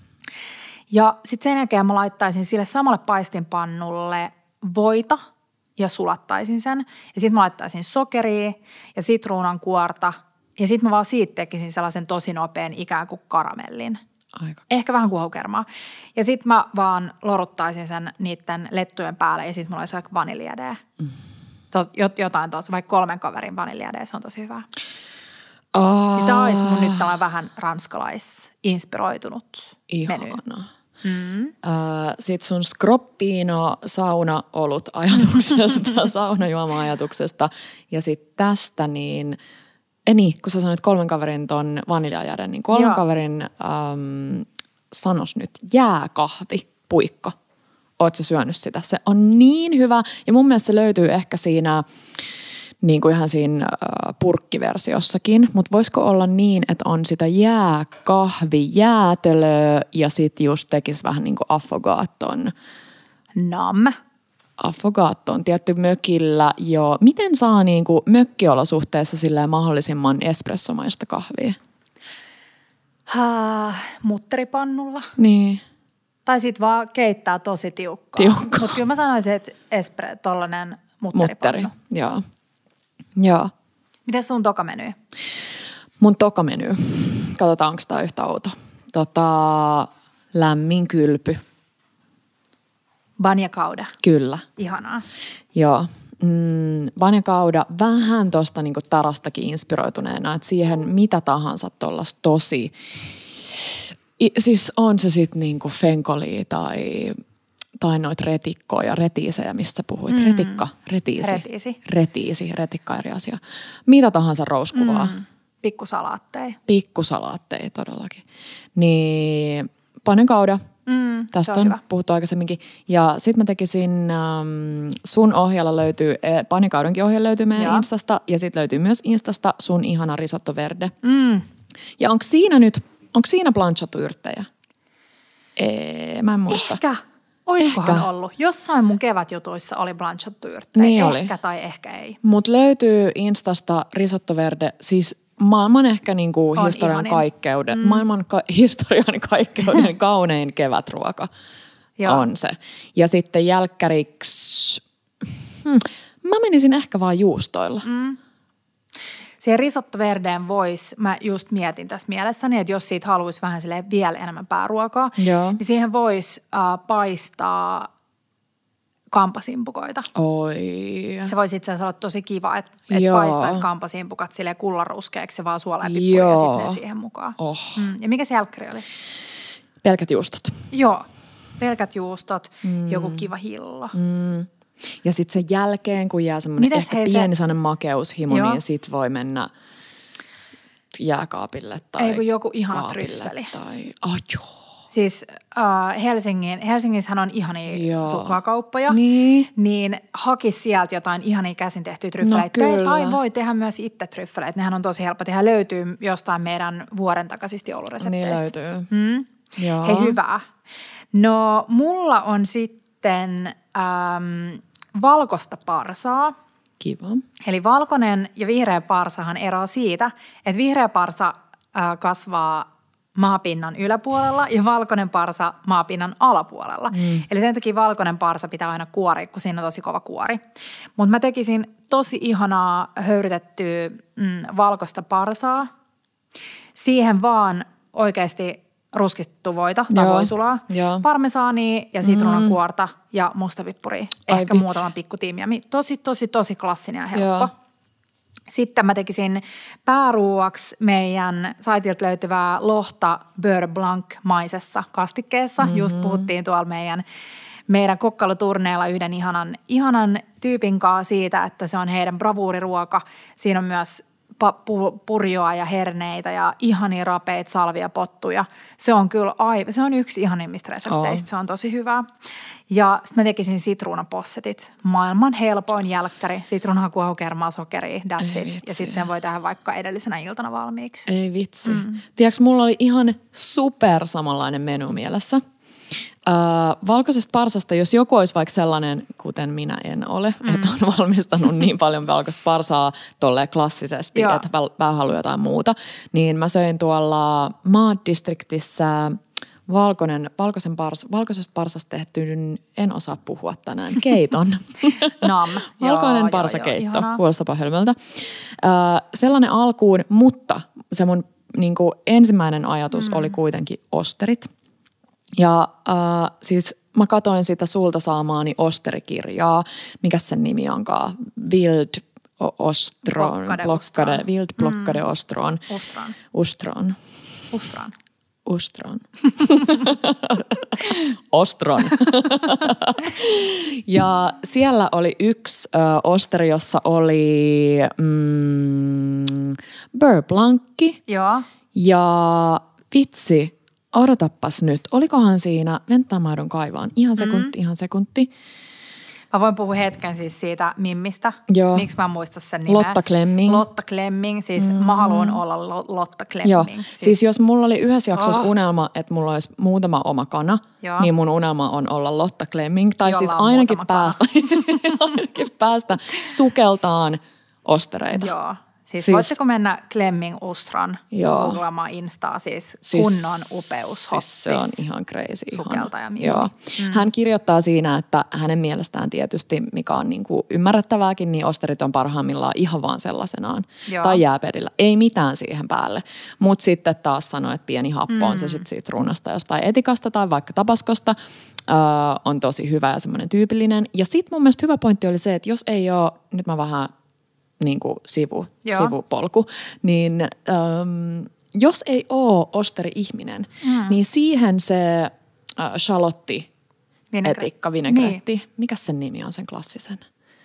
[SPEAKER 2] Ja sitten sen jälkeen mä laittaisin sille samalle paistinpannulle voita ja sulattaisin sen. Ja sitten mä laittaisin sokeria ja sitruunan kuorta ja sitten mä vaan siitä tekisin sellaisen tosi nopean ikään kuin karamellin.
[SPEAKER 1] Aika.
[SPEAKER 2] Ehkä vähän kuohukermaa. Ja sitten mä vaan loruttaisin sen niiden lettujen päälle ja sitten mulla olisi vaikka vaniljadea. Mm. Tos, jotain tuossa, vaikka kolmen kaverin vaniljadea, se on tosi hyvä.
[SPEAKER 1] Oh.
[SPEAKER 2] Niin tämä olisi mun nyt tällainen vähän ranskalais-inspiroitunut meny.
[SPEAKER 1] Ihana.
[SPEAKER 2] Mm.
[SPEAKER 1] Uh, Sitten sun skroppino sauna-olut ajatuksesta, saunajuoma-ajatuksesta ja sitten tästä niin, eh niin, kun sä sanoit kolmen kaverin ton vaniljajäden, niin kolmen Joo. kaverin um, sanos nyt jääkahvi, puikko. Oot sä syönyt sitä? Se on niin hyvä ja mun mielestä se löytyy ehkä siinä niin kuin ihan siinä äh, purkkiversiossakin, mutta voisiko olla niin, että on sitä jääkahvijäätelöä ja sitten just tekisi vähän niin kuin affogaatton.
[SPEAKER 2] Nam.
[SPEAKER 1] Affogaatton tietty mökillä jo. Miten saa niin kuin mökkiolosuhteessa silleen mahdollisimman espressomaista kahvia?
[SPEAKER 2] Hää, mutteripannulla.
[SPEAKER 1] Niin.
[SPEAKER 2] Tai sit vaan keittää tosi tiukkaa.
[SPEAKER 1] Tiukkaa.
[SPEAKER 2] Mutta kyllä mä sanoisin, että espre, tollanen mutteripannu.
[SPEAKER 1] Mutteri, joo. Joo.
[SPEAKER 2] Miten sun toka meny?
[SPEAKER 1] Mun toka meny. Katsotaan, onko tää yhtä outo. Tota, lämmin kylpy.
[SPEAKER 2] Banja kauda.
[SPEAKER 1] Kyllä.
[SPEAKER 2] Ihanaa.
[SPEAKER 1] Joo. Mm, banja kauda vähän tosta niinku tarastakin inspiroituneena, että siihen mitä tahansa tollasta tosi. I, siis on se sitten niinku fenkolia tai, tai noit retikkoja, retiisejä, mistä puhuit. Mm. Retikka, retiisi.
[SPEAKER 2] Retiisi.
[SPEAKER 1] Retiisi, retikka eri asia. Mitä tahansa rouskuvaa.
[SPEAKER 2] Mm. Pikkusalaatteja.
[SPEAKER 1] Pikkusalaatteja todellakin. Niin panekauda.
[SPEAKER 2] Mm,
[SPEAKER 1] Tästä on, on puhuttu aikaisemminkin. Ja sit mä tekisin, ähm, sun ohjalla löytyy, eh, panikaudenkin ohjalla löytyy meidän ja. Instasta. Ja sit löytyy myös Instasta sun ihana risotto verde.
[SPEAKER 2] Mm.
[SPEAKER 1] Ja onko siinä nyt, onko siinä blanchattu yrttejä? Ee, mä en muista.
[SPEAKER 2] Ehkä. Oiskohan ehkä. Ollut. Jossain mun kevätjutuissa oli blanchattu yrttejä.
[SPEAKER 1] Niin
[SPEAKER 2] ehkä
[SPEAKER 1] oli.
[SPEAKER 2] Tai ehkä ei.
[SPEAKER 1] Mut löytyy Instasta risotto verde, siis maailman ehkä niinku historian ihanin. kaikkeuden, mm. maailman ka- historian kaikkeuden kaunein kevätruoka on se. Ja sitten jälkkäriksi, hmm, mä menisin ehkä vaan juustoilla.
[SPEAKER 2] Mm. Siihen risotto verdeen voisi, mä just mietin tässä mielessäni, että jos siitä haluaisi vähän silleen vielä enemmän pääruokaa,
[SPEAKER 1] Joo.
[SPEAKER 2] niin siihen voisi äh, paistaa kampasimpukoita.
[SPEAKER 1] Oi.
[SPEAKER 2] Se voisi itse asiassa olla tosi kiva, että et paistaisi kampasimpukat silleen kullanruskeaksi se vaan suola ja pippuri ja sitten ne siihen mukaan.
[SPEAKER 1] Oh.
[SPEAKER 2] Mm. Ja mikä se jälkkäri oli?
[SPEAKER 1] Pelkät juustot.
[SPEAKER 2] Joo, pelkät juustot, mm. joku kiva hillo.
[SPEAKER 1] Mm. Ja sitten sen jälkeen, kun jää semmoinen ehkä hei, pieni se... makeushimo, Joo. niin sit voi mennä jääkaapille tai
[SPEAKER 2] ei kun joku ihana tryffeli.
[SPEAKER 1] Tai, oh, joo.
[SPEAKER 2] Siis äh, Helsingin, Helsingissähän on ihania Joo. suklaakauppoja,
[SPEAKER 1] niin.
[SPEAKER 2] niin hakisi sieltä jotain ihania käsin tehtyjä tryffeleitä.
[SPEAKER 1] No,
[SPEAKER 2] tai voi tehdä myös itse tryffeleitä. Nehän on tosi helppo tehdä. Löytyy jostain meidän vuoden takaisista jouluresepteistä.
[SPEAKER 1] Niin löytyy.
[SPEAKER 2] Hmm?
[SPEAKER 1] Joo.
[SPEAKER 2] Hei, hyvä. No, mulla on sitten äm, valkoista parsaa.
[SPEAKER 1] Kiva.
[SPEAKER 2] Eli valkoinen ja vihreä parsahan eroaa siitä, että vihreä parsa äh, kasvaa maapinnan yläpuolella ja valkoinen parsa maapinnan alapuolella. Mm. Eli sen takia valkoinen parsa pitää aina kuori, kun siinä on tosi kova kuori. Mutta mä tekisin tosi ihanaa höyrytettyä mm, valkoista parsaa. Siihen vaan oikeasti ruskistettu voita tai voisulaa, parmesaania ja sitruunakuorta mm. ja mustavippuria. Ai ehkä vitsi. Muutaman pikku tiimiä. Tosi, tosi, tosi klassinen ja helppo. Joo. Sitten mä tekisin pääruuaksi meidän saitilta löytyvää lohta Beurre Blanc-maisessa kastikkeessa. Mm-hmm. Just puhuttiin tuolla meidän, meidän kokkailuturneella yhden ihanan, ihanan tyypin kanssa siitä, että se on heidän bravuuriruoka. Siinä on myös purjoa ja herneitä ja ihania rapeita salviapottuja. Se on kyllä aivan, se on yksi ihanimmista resepteistä. Oh. Se on tosi hyvää. Ja sitten mä tekisin sitruunapossetit. Maailman helpoin jälkkäri. Sitruunaa, kuohukermaa, sokeria, that's it. Ja sitten sen voi tehdä vaikka edellisenä iltana valmiiksi.
[SPEAKER 1] Ei vitsi. Mm. Tiedätkö, mulla oli ihan super samanlainen menu mielessä. Äh, valkoisesta parsasta, jos joku olisi vaikka sellainen, kuten minä en ole, mm. että on valmistanut niin paljon valkoista parsaa tolleen klassisesti, Joo. että vähän haluaa jotain muuta, niin mä söin tuolla Maat-distriktissä valkoinen, valkoisen pars, valkoisesta parsasta tehtyyn, en osaa puhua tänään, keiton.
[SPEAKER 2] Nam.
[SPEAKER 1] Valkoinen joo, parsakeitto, joo, joo, kuulostapa hölmöltä. Äh, sellainen alkuun, mutta se mun niin kuin ensimmäinen ajatus mm. oli kuitenkin osterit. Ja äh, siis mä katoin sitä sulta saamaani osterikirjaa, mikä sen nimi onkaan, Wild Ostron,
[SPEAKER 2] Blockade,
[SPEAKER 1] blockade, Wild Blockade mm. Ostron.
[SPEAKER 2] Ostron.
[SPEAKER 1] Ostron.
[SPEAKER 2] Ostron.
[SPEAKER 1] Ostron. Ostron. Ja siellä oli yksi ö, osteri, jossa oli mm, Beurre Blancki.
[SPEAKER 2] Joo.
[SPEAKER 1] Ja vitsi. Odotappas nyt. Olikohan siinä venttaamaidon kaivaan? Ihan sekunti, mm. ihan sekunti.
[SPEAKER 2] Mä voin puhua hetken siis siitä Mimmistä.
[SPEAKER 1] Joo.
[SPEAKER 2] Miksi mä en muista sen nimeä?
[SPEAKER 1] Lotta Klemming.
[SPEAKER 2] Lotta Klemming. Siis mm. mä haluan olla Lotta Klemming.
[SPEAKER 1] Joo. Siis, siis jos mulla oli yhdessä jaksossa oh. unelma, että mulla olisi muutama oma kana, Joo. niin mun unelma on olla Lotta Klemming. Tai Jolla siis ainakin päästä, ainakin päästä sukeltaan ostereita.
[SPEAKER 2] Joo. Siis, siis voitteko mennä Klemming Ostron googleamaan Instaa, siis, siis kunnon upeus,
[SPEAKER 1] siis se on ihan crazy.
[SPEAKER 2] Sukeltaja Mimmi.
[SPEAKER 1] Joo. Mm. Hän kirjoittaa siinä, että hänen mielestään tietysti, mikä on niin kuin ymmärrettävääkin, niin osterit on parhaimmillaan ihan vaan sellaisenaan. Joo. Tai jääperillä. Ei mitään siihen päälle. Mutta sitten taas sanoi, että pieni happo mm. on se sitten siitä runasta jostain etikasta tai vaikka tabaskosta. Öö, on tosi hyvä ja semmoinen tyypillinen. Ja sitten mun mielestä hyvä pointti oli se, että jos ei ole, nyt mä vähän niin kuin sivu, sivupolku, niin äm, jos ei ole osteri-ihminen, mm. niin siihen se äh, shalotti, etikka, vinegretti, niin. Mikä sen nimi on sen klassisen?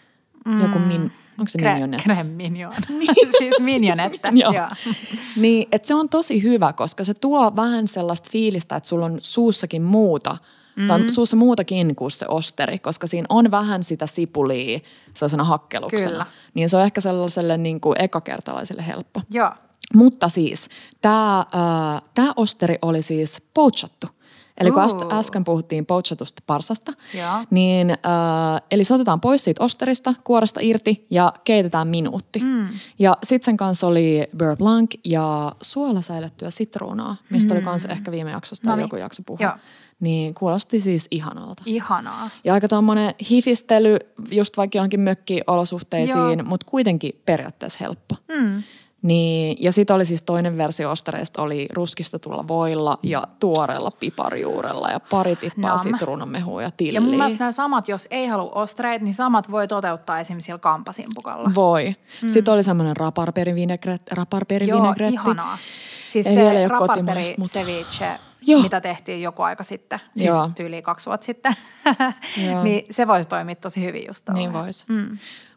[SPEAKER 1] Mm. Joku min, onko se
[SPEAKER 2] Kre-
[SPEAKER 1] minionette?
[SPEAKER 2] Creme mignon. Siis minionette.
[SPEAKER 1] Joo. Niin, että se on tosi hyvä, koska se tuo vähän sellaista fiilistä, että sulla on suussakin muuta, Mm-hmm. tai suussa muutakin kuin se osteri, koska siinä on vähän sitä sipulia sellaisena hakkeluksena. Kyllä. Niin se on ehkä sellaiselle niin kuin ekakertalaiselle helppo.
[SPEAKER 2] Joo.
[SPEAKER 1] Mutta siis tämä äh, osteri oli siis poachattu. Eli kun uh. äsken puhuttiin poachatusta parsasta,
[SPEAKER 2] Joo.
[SPEAKER 1] niin äh, eli se otetaan pois siitä osterista, kuoresta irti ja keitetään minuutti. Mm. Ja sitten sen kanssa oli Beurre Blanc ja suola säilyttyä sitruunaa, mistä mm. oli kanssa ehkä viime jaksosta tai joku jakso puhua. Joo. Niin kuulosti siis ihanalta.
[SPEAKER 2] Ihanaa.
[SPEAKER 1] Ja aika tommonen hifistely just vaikka johonkin mökkiolosuhteisiin, mutta kuitenkin periaatteessa helppo. Mm. Niin, ja sitten oli siis toinen versio ostereista, oli ruskistetulla voilla ja tuoreella piparjuurella ja pari tippaa sitruunamehua ja tilliä.
[SPEAKER 2] Ja mun mielestä nämä samat, jos ei halua ostereita, niin samat voi toteuttaa esimerkiksi sillä kampasimpukalla.
[SPEAKER 1] Voi. Mm. Sitten oli semmoinen raparperivinegretti.
[SPEAKER 2] Joo, ihanaa. Siis
[SPEAKER 1] ei
[SPEAKER 2] se raparperi ceviche, Joo. mitä tehtiin joku aika sitten, siis tyyliin kaksi vuotta sitten, niin se voisi toimia tosi hyvin just tolleen.
[SPEAKER 1] Niin voisi.
[SPEAKER 2] Mm.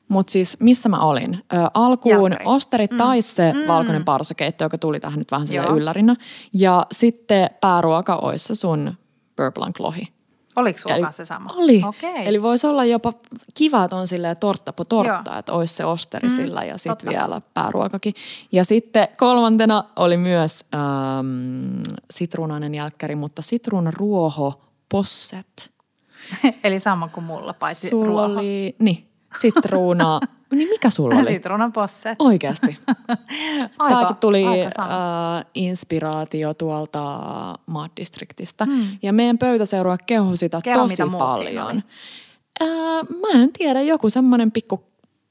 [SPEAKER 1] Mutta siis missä mä olin? Ö, alkuun
[SPEAKER 2] Jälkkäri.
[SPEAKER 1] osterit
[SPEAKER 2] Mm.
[SPEAKER 1] tai se
[SPEAKER 2] Mm.
[SPEAKER 1] valkoinen parsakeitto, joka tuli tähän nyt vähän sille
[SPEAKER 2] Joo.
[SPEAKER 1] yllärinä. Ja sitten pääruoka olisi se sun beurre blanc lohi.
[SPEAKER 2] Oliko sulla
[SPEAKER 1] Eli-
[SPEAKER 2] kanssa se sama?
[SPEAKER 1] Oli.
[SPEAKER 2] Okei.
[SPEAKER 1] Eli voisi olla jopa kiva, että on silleen tortta po tortta,
[SPEAKER 2] Joo.
[SPEAKER 1] että olisi se osteri
[SPEAKER 2] Mm,
[SPEAKER 1] sillä ja sitten
[SPEAKER 2] totta.
[SPEAKER 1] vielä pääruokakin. Ja sitten kolmantena oli myös ähm, sitruunainen jälkkäri, mutta sitruunaruoho posset.
[SPEAKER 2] Eli sama kuin mulla, paitsi
[SPEAKER 1] Sulla
[SPEAKER 2] ruoho.
[SPEAKER 1] oli, niin, sitruuna. Niin mikä sulla oli?
[SPEAKER 2] Sitruunan posset.
[SPEAKER 1] Oikeasti.
[SPEAKER 2] Aika-
[SPEAKER 1] Tämäkin tuli
[SPEAKER 2] aika sama.
[SPEAKER 1] äh, inspiraatio tuolta Mad Districtistä.
[SPEAKER 2] Hmm.
[SPEAKER 1] Ja meidän pöytäseurue kehui sitä
[SPEAKER 2] Kerro,
[SPEAKER 1] tosi
[SPEAKER 2] mitä muut siinä
[SPEAKER 1] paljon.
[SPEAKER 2] oli.
[SPEAKER 1] Äh, mä en tiedä, joku semmoinen pikku...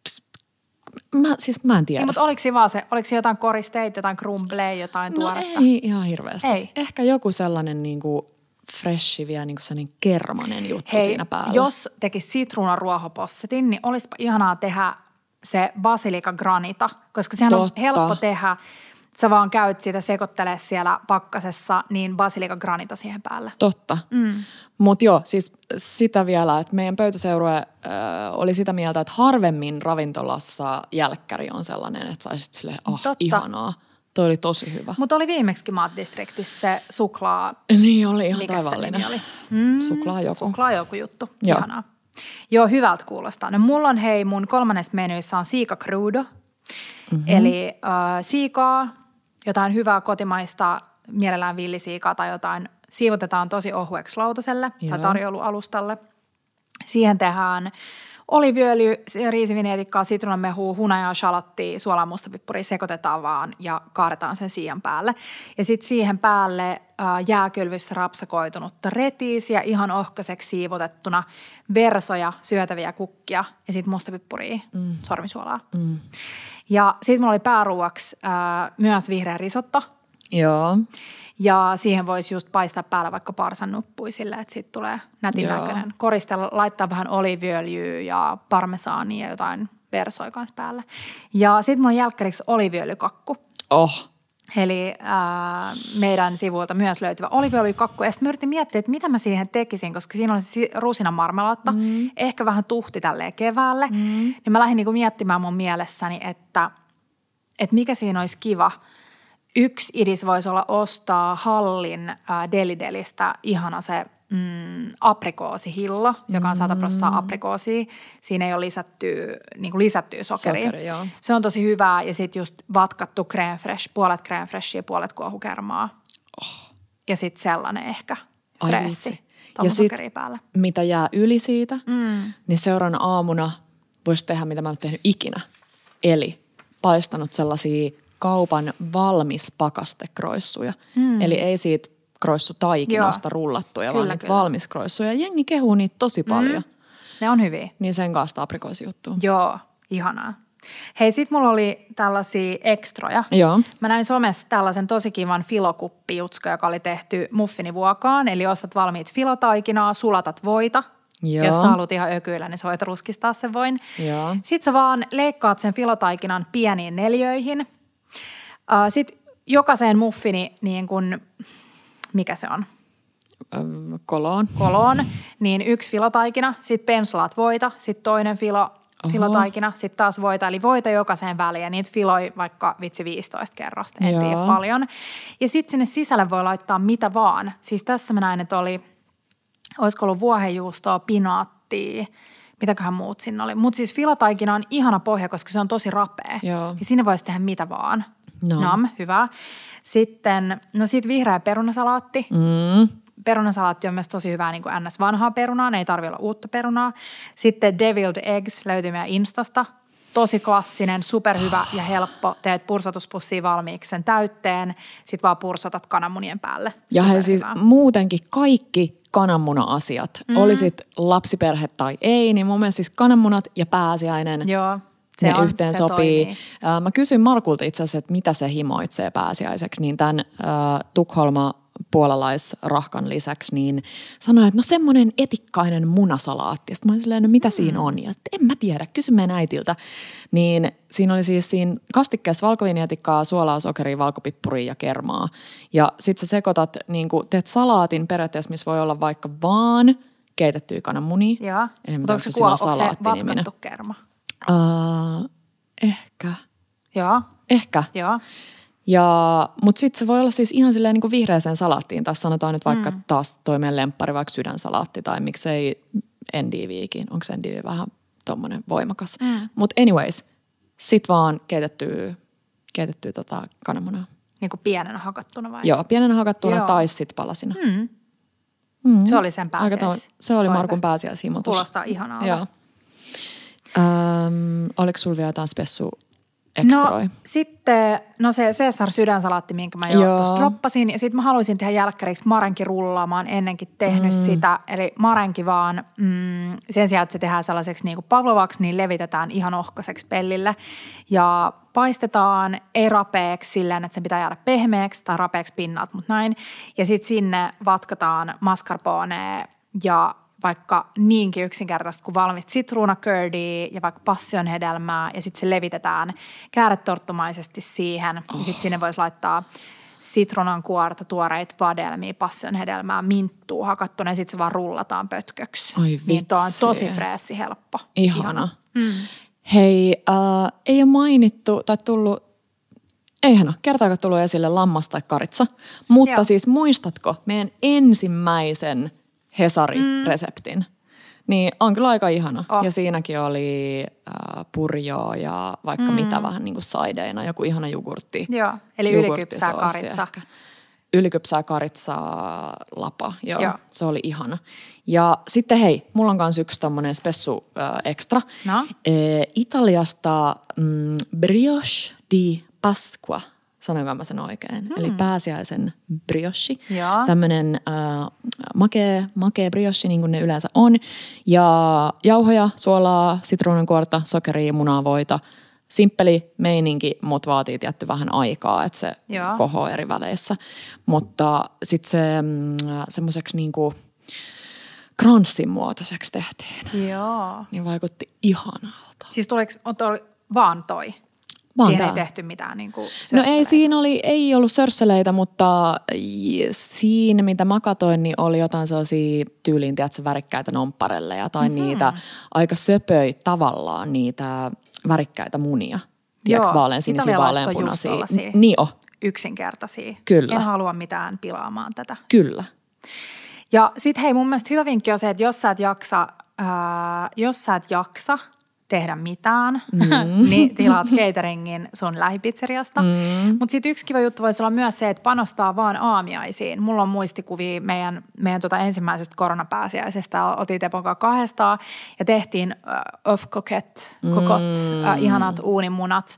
[SPEAKER 1] Mä, siis mä en tiedä.
[SPEAKER 2] Niin, mutta oliko siinä vaan se, oliko siinä jotain koristeita, jotain crumbleja, jotain
[SPEAKER 1] no
[SPEAKER 2] tuoretta?
[SPEAKER 1] ei ihan hirveästi.
[SPEAKER 2] Ei.
[SPEAKER 1] Ehkä joku sellainen niinku freshi vielä niinku sellainen kermanen juttu
[SPEAKER 2] Hei,
[SPEAKER 1] siinä päällä.
[SPEAKER 2] jos tekisi sitruunan ruohopossetin, niin olisipa ihanaa tehdä se basilika granita, koska sehän
[SPEAKER 1] Totta.
[SPEAKER 2] on helppo tehdä. Sä vaan käyt sitä sekoittelee siellä pakkasessa, niin basilika granita siihen päälle.
[SPEAKER 1] Totta.
[SPEAKER 2] Mm.
[SPEAKER 1] Mutta joo, siis sitä vielä, että meidän pöytäseurue äh, oli sitä mieltä, että harvemmin ravintolassa jälkkäri on sellainen, että saisit silleen, ah,
[SPEAKER 2] Totta.
[SPEAKER 1] ihanaa. Toi oli tosi hyvä.
[SPEAKER 2] Mutta oli viimeksi Mad Districtissä se suklaa,
[SPEAKER 1] Niin oli ihan
[SPEAKER 2] mikä se
[SPEAKER 1] taivallinen.
[SPEAKER 2] nimi oli? Mm,
[SPEAKER 1] Suklaa joku.
[SPEAKER 2] Suklaa joku juttu,
[SPEAKER 1] Joo.
[SPEAKER 2] ihanaa. Joo, hyvältä kuulostaa. No mulla on hei, mun kolmannes menyissä on siika crudo, mm-hmm. eli äh, siikaa, jotain hyvää kotimaista, mielellään villisiikaa tai jotain, siivotetaan tosi ohueksi lautaselle
[SPEAKER 1] Joo.
[SPEAKER 2] tai tarjoulualustalle. Siihen tehdään oliviöljy, riisivinietikkaa, sitruunamehua, hunajaa, shalottia, suolaa, mustapippuria, sekoitetaan vaan ja kaadetaan sen siian päälle. Ja sitten siihen päälle äh, jääkylvyssä rapsakoitunutta retiisiä, ihan ohkaiseksi siivotettuna, versoja, syötäviä kukkia ja sitten mustapippuria, mm. sormisuolaa.
[SPEAKER 1] Mm.
[SPEAKER 2] Ja sitten mulla oli pääruuaksi äh, myös vihreä risotto.
[SPEAKER 1] Joo.
[SPEAKER 2] Ja siihen voisi just paistaa päällä vaikka parsan nuppui silleen, että siitä tulee nätin
[SPEAKER 1] Joo.
[SPEAKER 2] näköinen. Koristella, laittaa vähän oliviöljyä ja parmesaania ja jotain versoja kanssa päälle. Ja sitten mulla on jälkkäriksi oliviöljykakku.
[SPEAKER 1] Oh.
[SPEAKER 2] Eli äh, meidän sivuilta myös löytyvä oliviöljykakku. Ja sitten mä yritin miettiä, että mitä mä siihen tekisin, koska siinä oli se ruusinamarmelaatta, mm. ehkä vähän tuhti tälleen keväälle. Mm. Niin mä lähdin niinku miettimään mun mielessäni, että, että mikä siinä olisi kiva. Yksi idis voisi olla ostaa Hallin äh, Delidelistä ihana se mm, aprikoosihillo, joka on sata prosenttia aprikoosia. Siinä ei ole lisättyä, niin kuin lisättyä sokeria.
[SPEAKER 1] Sokeri, joo.
[SPEAKER 2] Se on tosi hyvää ja sitten just vatkattu crème fraîche, puolet crème fraîchea, puolet kuohukermaa.
[SPEAKER 1] Oh.
[SPEAKER 2] Ja sitten sellainen ehkä
[SPEAKER 1] Ai
[SPEAKER 2] fressi.
[SPEAKER 1] vitsi.
[SPEAKER 2] Tuolla
[SPEAKER 1] Ja sit,
[SPEAKER 2] sokeria päällä.
[SPEAKER 1] mitä jää yli siitä,
[SPEAKER 2] Mm.
[SPEAKER 1] niin seuraavana aamuna voisi tehdä, mitä mä en ole tehnyt ikinä. Eli paistanut sellaisia kaupan valmis pakastekroissuja. Mm. Eli ei siitä kroissutaikinasta
[SPEAKER 2] Joo.
[SPEAKER 1] rullattuja,
[SPEAKER 2] Kyllä,
[SPEAKER 1] vaan niitä
[SPEAKER 2] kyllä.
[SPEAKER 1] valmiskroissuja. Jengi kehuu niitä tosi paljon.
[SPEAKER 2] Mm. Ne on hyviä.
[SPEAKER 1] Niin sen kanssa aprikoosijuttua.
[SPEAKER 2] Joo, ihanaa. Hei, sit mulla oli tällaisia ekstroja.
[SPEAKER 1] Joo.
[SPEAKER 2] Mä näin somessa tällaisen tosi kivan filokuppijutska, joka oli tehty muffinivuokaan. Eli ostat valmiit filotaikinaa, sulatat voita.
[SPEAKER 1] Joo.
[SPEAKER 2] Jos sä haluat ihan ökyillä, niin sä voit ruskistaa sen voin.
[SPEAKER 1] Joo.
[SPEAKER 2] Sitten sä vaan leikkaat sen filotaikinan pieniin neljöihin. Sitten jokaiseen muffini, niin kun, mikä se on?
[SPEAKER 1] Öm, koloon.
[SPEAKER 2] Koloon, niin yksi filotaikina, sitten penslaat voita, sitten toinen filo, filotaikina, sitten taas voita, eli voita jokaiseen väliin. Ja niitä filoi vaikka vitsi viisitoista kerrosta, en
[SPEAKER 1] Joo.
[SPEAKER 2] tiedä paljon. Ja sitten sinne sisälle voi laittaa mitä vaan. Siis tässä mä näin, että oli, olisiko ollut vuohenjuustoa, pinaattia, mitäköhän muut sinne oli. Mutta siis filotaikina on ihana pohja, koska se on tosi rapea.
[SPEAKER 1] Joo.
[SPEAKER 2] Ja sinne voisi tehdä mitä vaan.
[SPEAKER 1] No.
[SPEAKER 2] Nam, hyvä. Sitten, no sit vihreä perunasalaatti.
[SPEAKER 1] Mm.
[SPEAKER 2] Perunasalaatti on myös tosi hyvää niin kuin ns. Vanhaa perunaa, ne ei tarvitse olla uutta perunaa. Sitten deviled eggs löytyy meidän Instasta. Tosi klassinen, superhyvä ja helppo. Teet pursotuspussiin valmiiksi sen täytteen, sit vaan pursotat kananmunien päälle.
[SPEAKER 1] Ja he siis
[SPEAKER 2] Superhyvää.
[SPEAKER 1] muutenkin kaikki kananmuna-asiat, mm. olisit lapsiperhe tai ei, niin mun mielestä siis kananmunat ja pääsiäinen,
[SPEAKER 2] Joo, se
[SPEAKER 1] ne
[SPEAKER 2] on,
[SPEAKER 1] yhteen
[SPEAKER 2] se
[SPEAKER 1] sopii.
[SPEAKER 2] toimii.
[SPEAKER 1] Ää, Mä kysyin Markulta itse asiassa, että mitä se himoitsee pääsiäiseksi, niin tämän ää, Tukholma puolalaisrahkan lisäksi, niin sanoi, että no semmoinen etikkainen munasalaatti. Sitten mä olin silleen, no mitä mm. siinä on? Ja sitten en mä tiedä, kysy meidän äitiltä. Niin siinä oli siis siinä kastikkeessa valkoviinietikkaa, suolaa, sokeria, valkopippuria ja kermaa. Ja sitten sä sekoitat, niin kuin teet salaatin periaatteessa, missä voi olla vaikka vaan keitettyä kananmunia.
[SPEAKER 2] Joo,
[SPEAKER 1] Eli
[SPEAKER 2] mutta onko
[SPEAKER 1] onko
[SPEAKER 2] se,
[SPEAKER 1] se
[SPEAKER 2] kuo,
[SPEAKER 1] silloin
[SPEAKER 2] onko se
[SPEAKER 1] salaatti-niminen?
[SPEAKER 2] vatkattu kerma?
[SPEAKER 1] Uh, ehkä.
[SPEAKER 2] Joo.
[SPEAKER 1] Ehkä.
[SPEAKER 2] Joo.
[SPEAKER 1] Ja, mutta sitten se voi olla siis ihan silleen niin kuin vihreäseen salaattiin. Tässä sanotaan nyt vaikka
[SPEAKER 2] Mm.
[SPEAKER 1] taas toi meidän lemppari, vaikka sydänsalaatti tai miksei endiviikin. Onko se endivi vähän tommonen voimakas?
[SPEAKER 2] Mm.
[SPEAKER 1] Mutta anyways, sit vaan keitettyä, keitettyä tota kananmunaa.
[SPEAKER 2] Niin kuin pienenä hakattuna vai?
[SPEAKER 1] Joo, pienenä hakattuna
[SPEAKER 2] Joo.
[SPEAKER 1] tai sit palasina.
[SPEAKER 2] Mm.
[SPEAKER 1] Mm.
[SPEAKER 2] Se oli sen
[SPEAKER 1] Aika
[SPEAKER 2] pääsiäis.
[SPEAKER 1] to- Se oli
[SPEAKER 2] toive.
[SPEAKER 1] Markun pääsiäishimotus.
[SPEAKER 2] Kuulostaa ihanalta.
[SPEAKER 1] Joo. Öm, oliko sulla vielä jotain spessu ekstroi?
[SPEAKER 2] No sitten, no se Caesar sydänsalaatti, minkä mä jo
[SPEAKER 1] Joo.
[SPEAKER 2] tuossa droppasin. Ja sitten mä haluaisin tehdä jälkkäriksi marenki rullaa. Mä oon ennenkin tehnyt mm. sitä. Eli marenki vaan mm, sen sijaan, että se tehdään sellaiseksi niin kuin pavlovaksi, niin levitetään ihan ohkaiseksi pellille. Ja paistetaan, ei rapeeksi silleen, että sen pitää jäädä pehmeäksi tai rapeaksi pinnalta, mutta näin. Ja sitten sinne vatkataan mascarponea ja vaikka niinkin yksinkertaista kuin valmista sitruunakördiä ja vaikka passionhedelmää ja sitten se levitetään kääretorttumaisesti siihen. Oh. Ja sitten sinne voisi laittaa sitruunan kuorta, tuoreita vadelmia, passionhedelmää, minttua hakattuna ja sitten se vaan rullataan pötköksi.
[SPEAKER 1] Oi vitsi.
[SPEAKER 2] Niin tuo on tosi freessi, helppo.
[SPEAKER 1] Ihana.
[SPEAKER 2] Ihana. Mm.
[SPEAKER 1] Hei, äh, ei ole mainittu tai tullut, eihän ole kertaakaan tullut esille lammas tai karitsa, mutta
[SPEAKER 2] Joo.
[SPEAKER 1] siis muistatko meidän ensimmäisen Hesari-reseptin? Mm. Niin on kyllä aika ihana.
[SPEAKER 2] Oh.
[SPEAKER 1] Ja siinäkin oli äh, purjoa ja vaikka mm. mitä vähän niin kuin saideina, joku ihana jogurtti.
[SPEAKER 2] Joo, eli ylikypsää karitsa.
[SPEAKER 1] Ehkä. Ylikypsää karitsaa lapa, joo,
[SPEAKER 2] Joo.
[SPEAKER 1] se oli ihana. Ja sitten hei, mulla on myös yksi tommonen spessu äh, extra.
[SPEAKER 2] No?
[SPEAKER 1] E, Italiasta mm, brioche di Pasqua, sanoinko mä sen oikein? Hmm. Eli pääsiäisen brioche.
[SPEAKER 2] Joo.
[SPEAKER 1] Tämmönen äh, makea, makea brioche, niin kuin ne yleensä on. Ja jauhoja, suolaa, sitruunankuorta, sokeria, munavoita. Simppeli meininki, mutta vaatii tietty vähän aikaa, että se
[SPEAKER 2] Joo.
[SPEAKER 1] kohoo eri väleissä. Mutta sitten se mm, semmoiseksi niinku kranssin muotoiseksi tehtiin.
[SPEAKER 2] Joo.
[SPEAKER 1] Niin vaikutti ihanalta.
[SPEAKER 2] Siis tuleeko, oli vaan toi?
[SPEAKER 1] Vaan
[SPEAKER 2] Siinä
[SPEAKER 1] tää.
[SPEAKER 2] ei tehty mitään niin kuin
[SPEAKER 1] No ei, siinä oli, ei ollut sörsseleitä, mutta siinä mitä mä katoin, niin oli jotain sellaisia tyyliin, tiedätkö, värikkäitä nompparelleja tai mm-hmm. niitä aika söpöi tavallaan niitä värikkäitä munia. Tiedätkö, vaaleansinisiä, vaaleanpunaisia. Niin on.
[SPEAKER 2] Yksinkertaisia.
[SPEAKER 1] Kyllä.
[SPEAKER 2] En halua mitään pilaamaan tätä.
[SPEAKER 1] Kyllä.
[SPEAKER 2] Ja sit hei, mun mielestä hyvä vinkki on se, että jos sä et jaksa, ää, jos sä et jaksa tehdä mitään, mm. niin tilaat cateringin sun lähipizzeriasta. Mm. Mutta sitten yksi kiva juttu voisi olla myös se, että panostaa vaan aamiaisiin. Mulla on muistikuvia meidän, meidän tota ensimmäisestä koronapääsiäisestä. Oltiin Tepon kanssa kahdestaan ja tehtiin uh, off-cooked, kokot, mm. uh, ihanat uunimunat.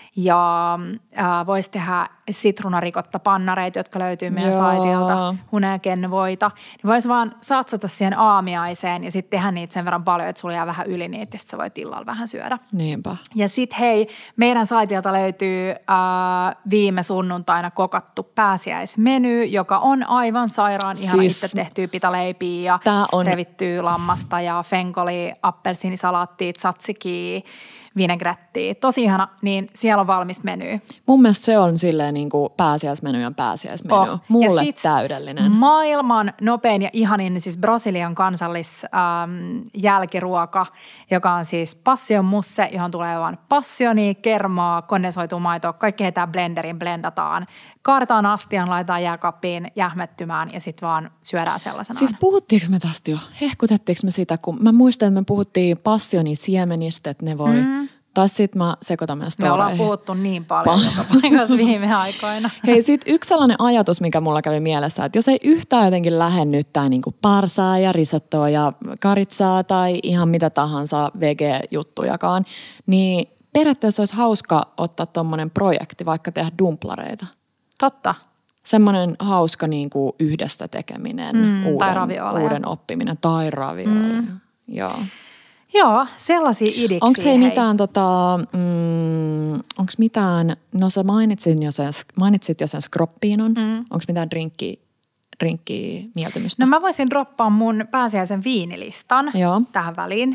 [SPEAKER 2] Ja äh, voisi tehdä sitruunarikotta pannareita, jotka löytyy meidän Joo. saitilta, hunea kenvoita. Niin voisi vaan satsata siihen aamiaiseen ja sitten tehdä niitä sen verran paljon, että sulla jää vähän yli niitä ja sitten sä voit illalla vähän syödä.
[SPEAKER 1] Niinpä.
[SPEAKER 2] Ja sitten hei, meidän saitilta löytyy äh, viime sunnuntaina kokattu pääsiäismeny, joka on aivan sairaan ihana
[SPEAKER 1] siis,
[SPEAKER 2] itse tehtyä pitaleipiä ja on revittyä lammasta ja fenkoli, appelsiinisalaattia, tzatziki, vinegrettiä. Tosi ihana, niin siellä on valmis meny.
[SPEAKER 1] Mun mielestä se on silleen niin kuin pääsiäismeny ja pääsiäismeny. Oh. Mulle ja täydellinen.
[SPEAKER 2] Maailman nopein ja ihanin siis Brasilian kansallis ähm, jälkiruoka, joka on siis passion musse, johon tulee vaan passioni, kermaa, kondensoitua maitoa. Kaikki heitää blenderin, blendataan. Kaadetaan astian, laitetaan jääkaappiin jähmettymään ja sitten vaan syödään sellaisenaan.
[SPEAKER 1] Siis puhuttiinko me tästä jo? Hehkutettiinko me sitä, kun mä muistan, että me puhuttiin passionin siemenistä, että ne voi, mm. tai sitten mä sekoitan myös
[SPEAKER 2] Me ollaan puhuttu niin paljon joka paikassa viime aikoina.
[SPEAKER 1] Hei, sit yksi sellainen ajatus, mikä mulla kävi mielessä, että jos ei yhtään jotenkin lähde nyt tää niinku parsaa ja risottoa ja karitsaa tai ihan mitä tahansa vege-juttujakaan, niin periaatteessa olisi hauska ottaa tommonen projekti, vaikka tehdä dumplareita.
[SPEAKER 2] Totta.
[SPEAKER 1] Semmoinen hauska niin kuin yhdessä tekeminen,
[SPEAKER 2] mm,
[SPEAKER 1] uuden, uuden oppiminen tai ravioleja. Mm. Joo.
[SPEAKER 2] Joo, sellaisia idiksiä.
[SPEAKER 1] Onko hei mitään, tota, mm, onko mitään, no sä mainitsit jo sen, mainitsit jo sen skroppiinon, mm. onko mitään drinkkiä, drinkkiä mieltymystä?
[SPEAKER 2] No mä voisin droppaa mun pääsiäisen viinilistan Joo. tähän väliin.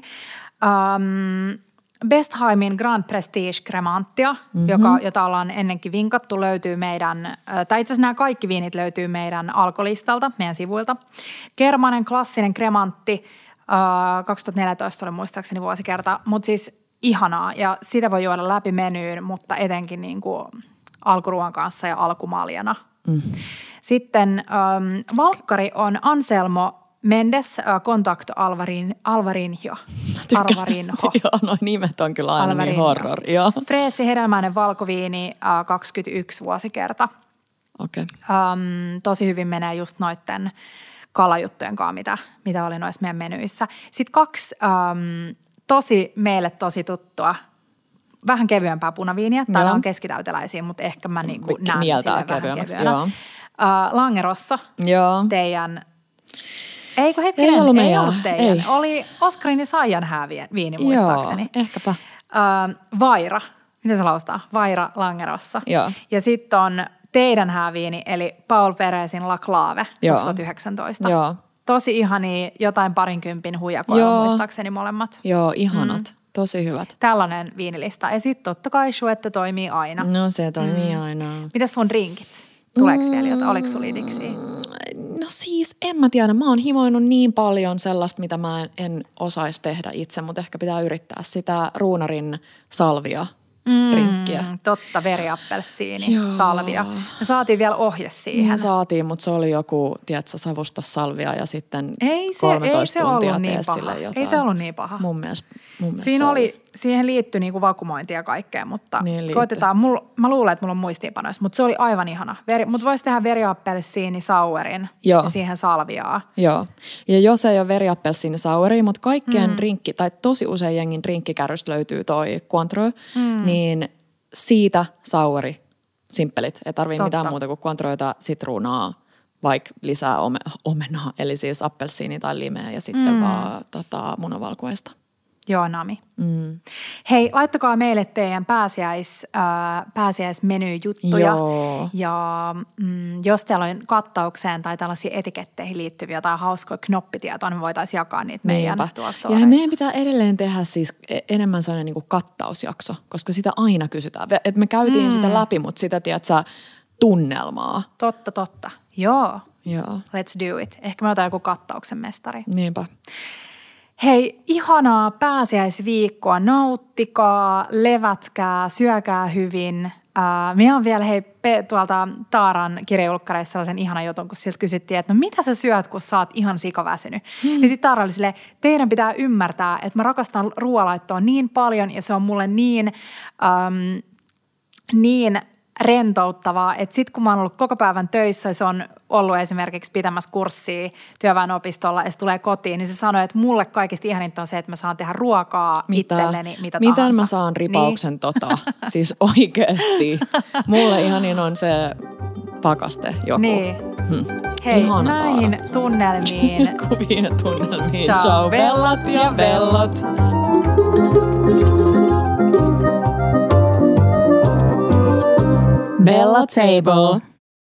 [SPEAKER 2] Um, Bestheimin Grand Prestige Cremanttia, mm-hmm. joka, jota ollaan ennenkin vinkattu, löytyy meidän, tai itse asiassa nämä kaikki viinit löytyy meidän alkolistalta, meidän sivuilta. Kermanen klassinen kremantti, kaksituhattaneljätoista oli muistaakseni vuosikerta, mutta siis ihanaa ja sitä voi juoda läpi menyyn, mutta etenkin niin kuin alkuruoan kanssa ja alkumaljana. Mm. Sitten ähm, valkkari on Anselmo Mendes äh, Contacto Alvarin, Alvarinho. Alvarinho.
[SPEAKER 1] Joo, no nimet on kyllä aina Alvarinho. Niin horror. Joo.
[SPEAKER 2] Freesi hedelmäinen valkoviini äh, kaksikymmentäyksi vuosikerta.
[SPEAKER 1] Okay.
[SPEAKER 2] Ähm, tosi hyvin menee just noitten kalajuttujen kanssa, mitä, mitä oli noissa meidän menyissä. Sitten kaksi ähm, tosi meille tosi tuttua, vähän kevyempää punaviiniä. Täällä on keskitäyteläisiä, mutta ehkä mä niinku näen sille vähän kevyenä. Joo. Äh, Langerossa, joo. Teidän, eikö hetkinen, ei ollut, ei ollut teidän. Ei. Oli Oskarin ja Saijan hääviini muistaakseni.
[SPEAKER 1] Joo, ehkäpä.
[SPEAKER 2] Äh, Vaira, miten se laustaa? Vaira Langerossa.
[SPEAKER 1] Joo.
[SPEAKER 2] Ja sitten on teidän hääviini, eli Paul Perezin La Clave kaksituhattayhdeksäntoista. Joo. Tosi ihania, jotain parinkympin huijakoilla muistaakseni molemmat.
[SPEAKER 1] Joo, ihanat. Mm. Tosi hyvät.
[SPEAKER 2] Tällainen viinilista. Ja sitten totta kai Chouette toimii aina.
[SPEAKER 1] No se toimii mm. aina.
[SPEAKER 2] Mitäs sun drinkit? Tuleeko mm. vielä jotain? Oliko sulla idiksi?
[SPEAKER 1] No siis en mä tiedä. Mä oon himoinut niin paljon sellaista, mitä mä en, en osaisi tehdä itse, mutta ehkä pitää yrittää sitä Ruunarin salvia. Rinkkiä. Mm,
[SPEAKER 2] totta, veriappelsiini, joo. Salvia. Me saatiin vielä ohje siihen.
[SPEAKER 1] Me saatiin, mutta se oli joku, tiedätkö, savusta salvia ja sitten
[SPEAKER 2] ei se,
[SPEAKER 1] kolmetoista
[SPEAKER 2] ei se
[SPEAKER 1] tuntia
[SPEAKER 2] niin
[SPEAKER 1] tee
[SPEAKER 2] paha.
[SPEAKER 1] Sille jotain.
[SPEAKER 2] Ei se ollut niin paha.
[SPEAKER 1] Mun mielestä, mun mielestä
[SPEAKER 2] Siinä oli,
[SPEAKER 1] oli,
[SPEAKER 2] siihen liittyi niinku vakumointia ja kaikkea, mutta
[SPEAKER 1] niin
[SPEAKER 2] koitetaan. Mul, mä luulen, että mulla on muistiinpanoissa, mutta se oli aivan ihana. Veri, mutta voisi tehdä veriappelsiini sauerin ja siihen salviaa.
[SPEAKER 1] Joo. Ja jos ei ole veriappelsiini saueria, mutta kaikkien mm. drinkki, tai tosi usein jengin drinkkikärrystä löytyy toi Cointreau, mm. niin siitä sauri, simppelit. Ei tarvitse mitään muuta kuin Cointreauta, sitruunaa, vaikka lisää omenaa, eli siis appelsiini tai limeä ja sitten mm. vaan tota, munavalkuaista.
[SPEAKER 2] Joo, nami.
[SPEAKER 1] Mm.
[SPEAKER 2] Hei, laittakaa meille teidän pääsiäis, äh, pääsiäismenyjuttuja.
[SPEAKER 1] Joo.
[SPEAKER 2] Ja mm, jos teillä on kattaukseen tai tällaisiin etiketteihin liittyviä tai hauskoja knoppitietoja, niin me voitaisiin jakaa niitä meidän tuosta.
[SPEAKER 1] Ja meidän pitää edelleen tehdä siis enemmän sellainen niin kuin kattausjakso, koska sitä aina kysytään. Et me käytiin mm. sitä läpi, mutta sitä, tiedätkö, tunnelmaa.
[SPEAKER 2] Totta, totta. Joo.
[SPEAKER 1] Joo.
[SPEAKER 2] Let's do it. Ehkä me otetaan joku kattauksen mestari.
[SPEAKER 1] Niinpä.
[SPEAKER 2] Hei, ihanaa pääsiäisviikkoa. Nauttikaa, levätkää, syökää hyvin. Uh, minä on vielä hei, pe, tuolta Taaran kirjajulkkareissa sellaisen ihanan jutun, kun siltä kysyttiin, että no mitä sä syöt, kun sä oot ihan sikaväsynyt. Hmm. Ja sitten Taara oli silleen, teidän pitää ymmärtää, että mä rakastan ruoalaittoa niin paljon ja se on mulle niin, um, niin rentouttavaa, että sitten kun mä oon ollut koko päivän töissä, se on ollut esimerkiksi pitämässä kurssia työväenopistolla ja se tulee kotiin, niin se sanoi, että mulle kaikista ihaninta on se, että mä saan tehdä ruokaa mitä? itselleni, mitä
[SPEAKER 1] Miten
[SPEAKER 2] tahansa.
[SPEAKER 1] mä saan ripauksen niin? tota? Siis oikeasti. Mulle ihanin on se pakaste joku.
[SPEAKER 2] Niin.
[SPEAKER 1] Hmm.
[SPEAKER 2] Hei,
[SPEAKER 1] ihana
[SPEAKER 2] näihin
[SPEAKER 1] Taara.
[SPEAKER 2] tunnelmiin.
[SPEAKER 1] Kuviin ja tunnelmiin.
[SPEAKER 2] Ciao,
[SPEAKER 1] Ciao bellat ja bellot.
[SPEAKER 2] Bella Table.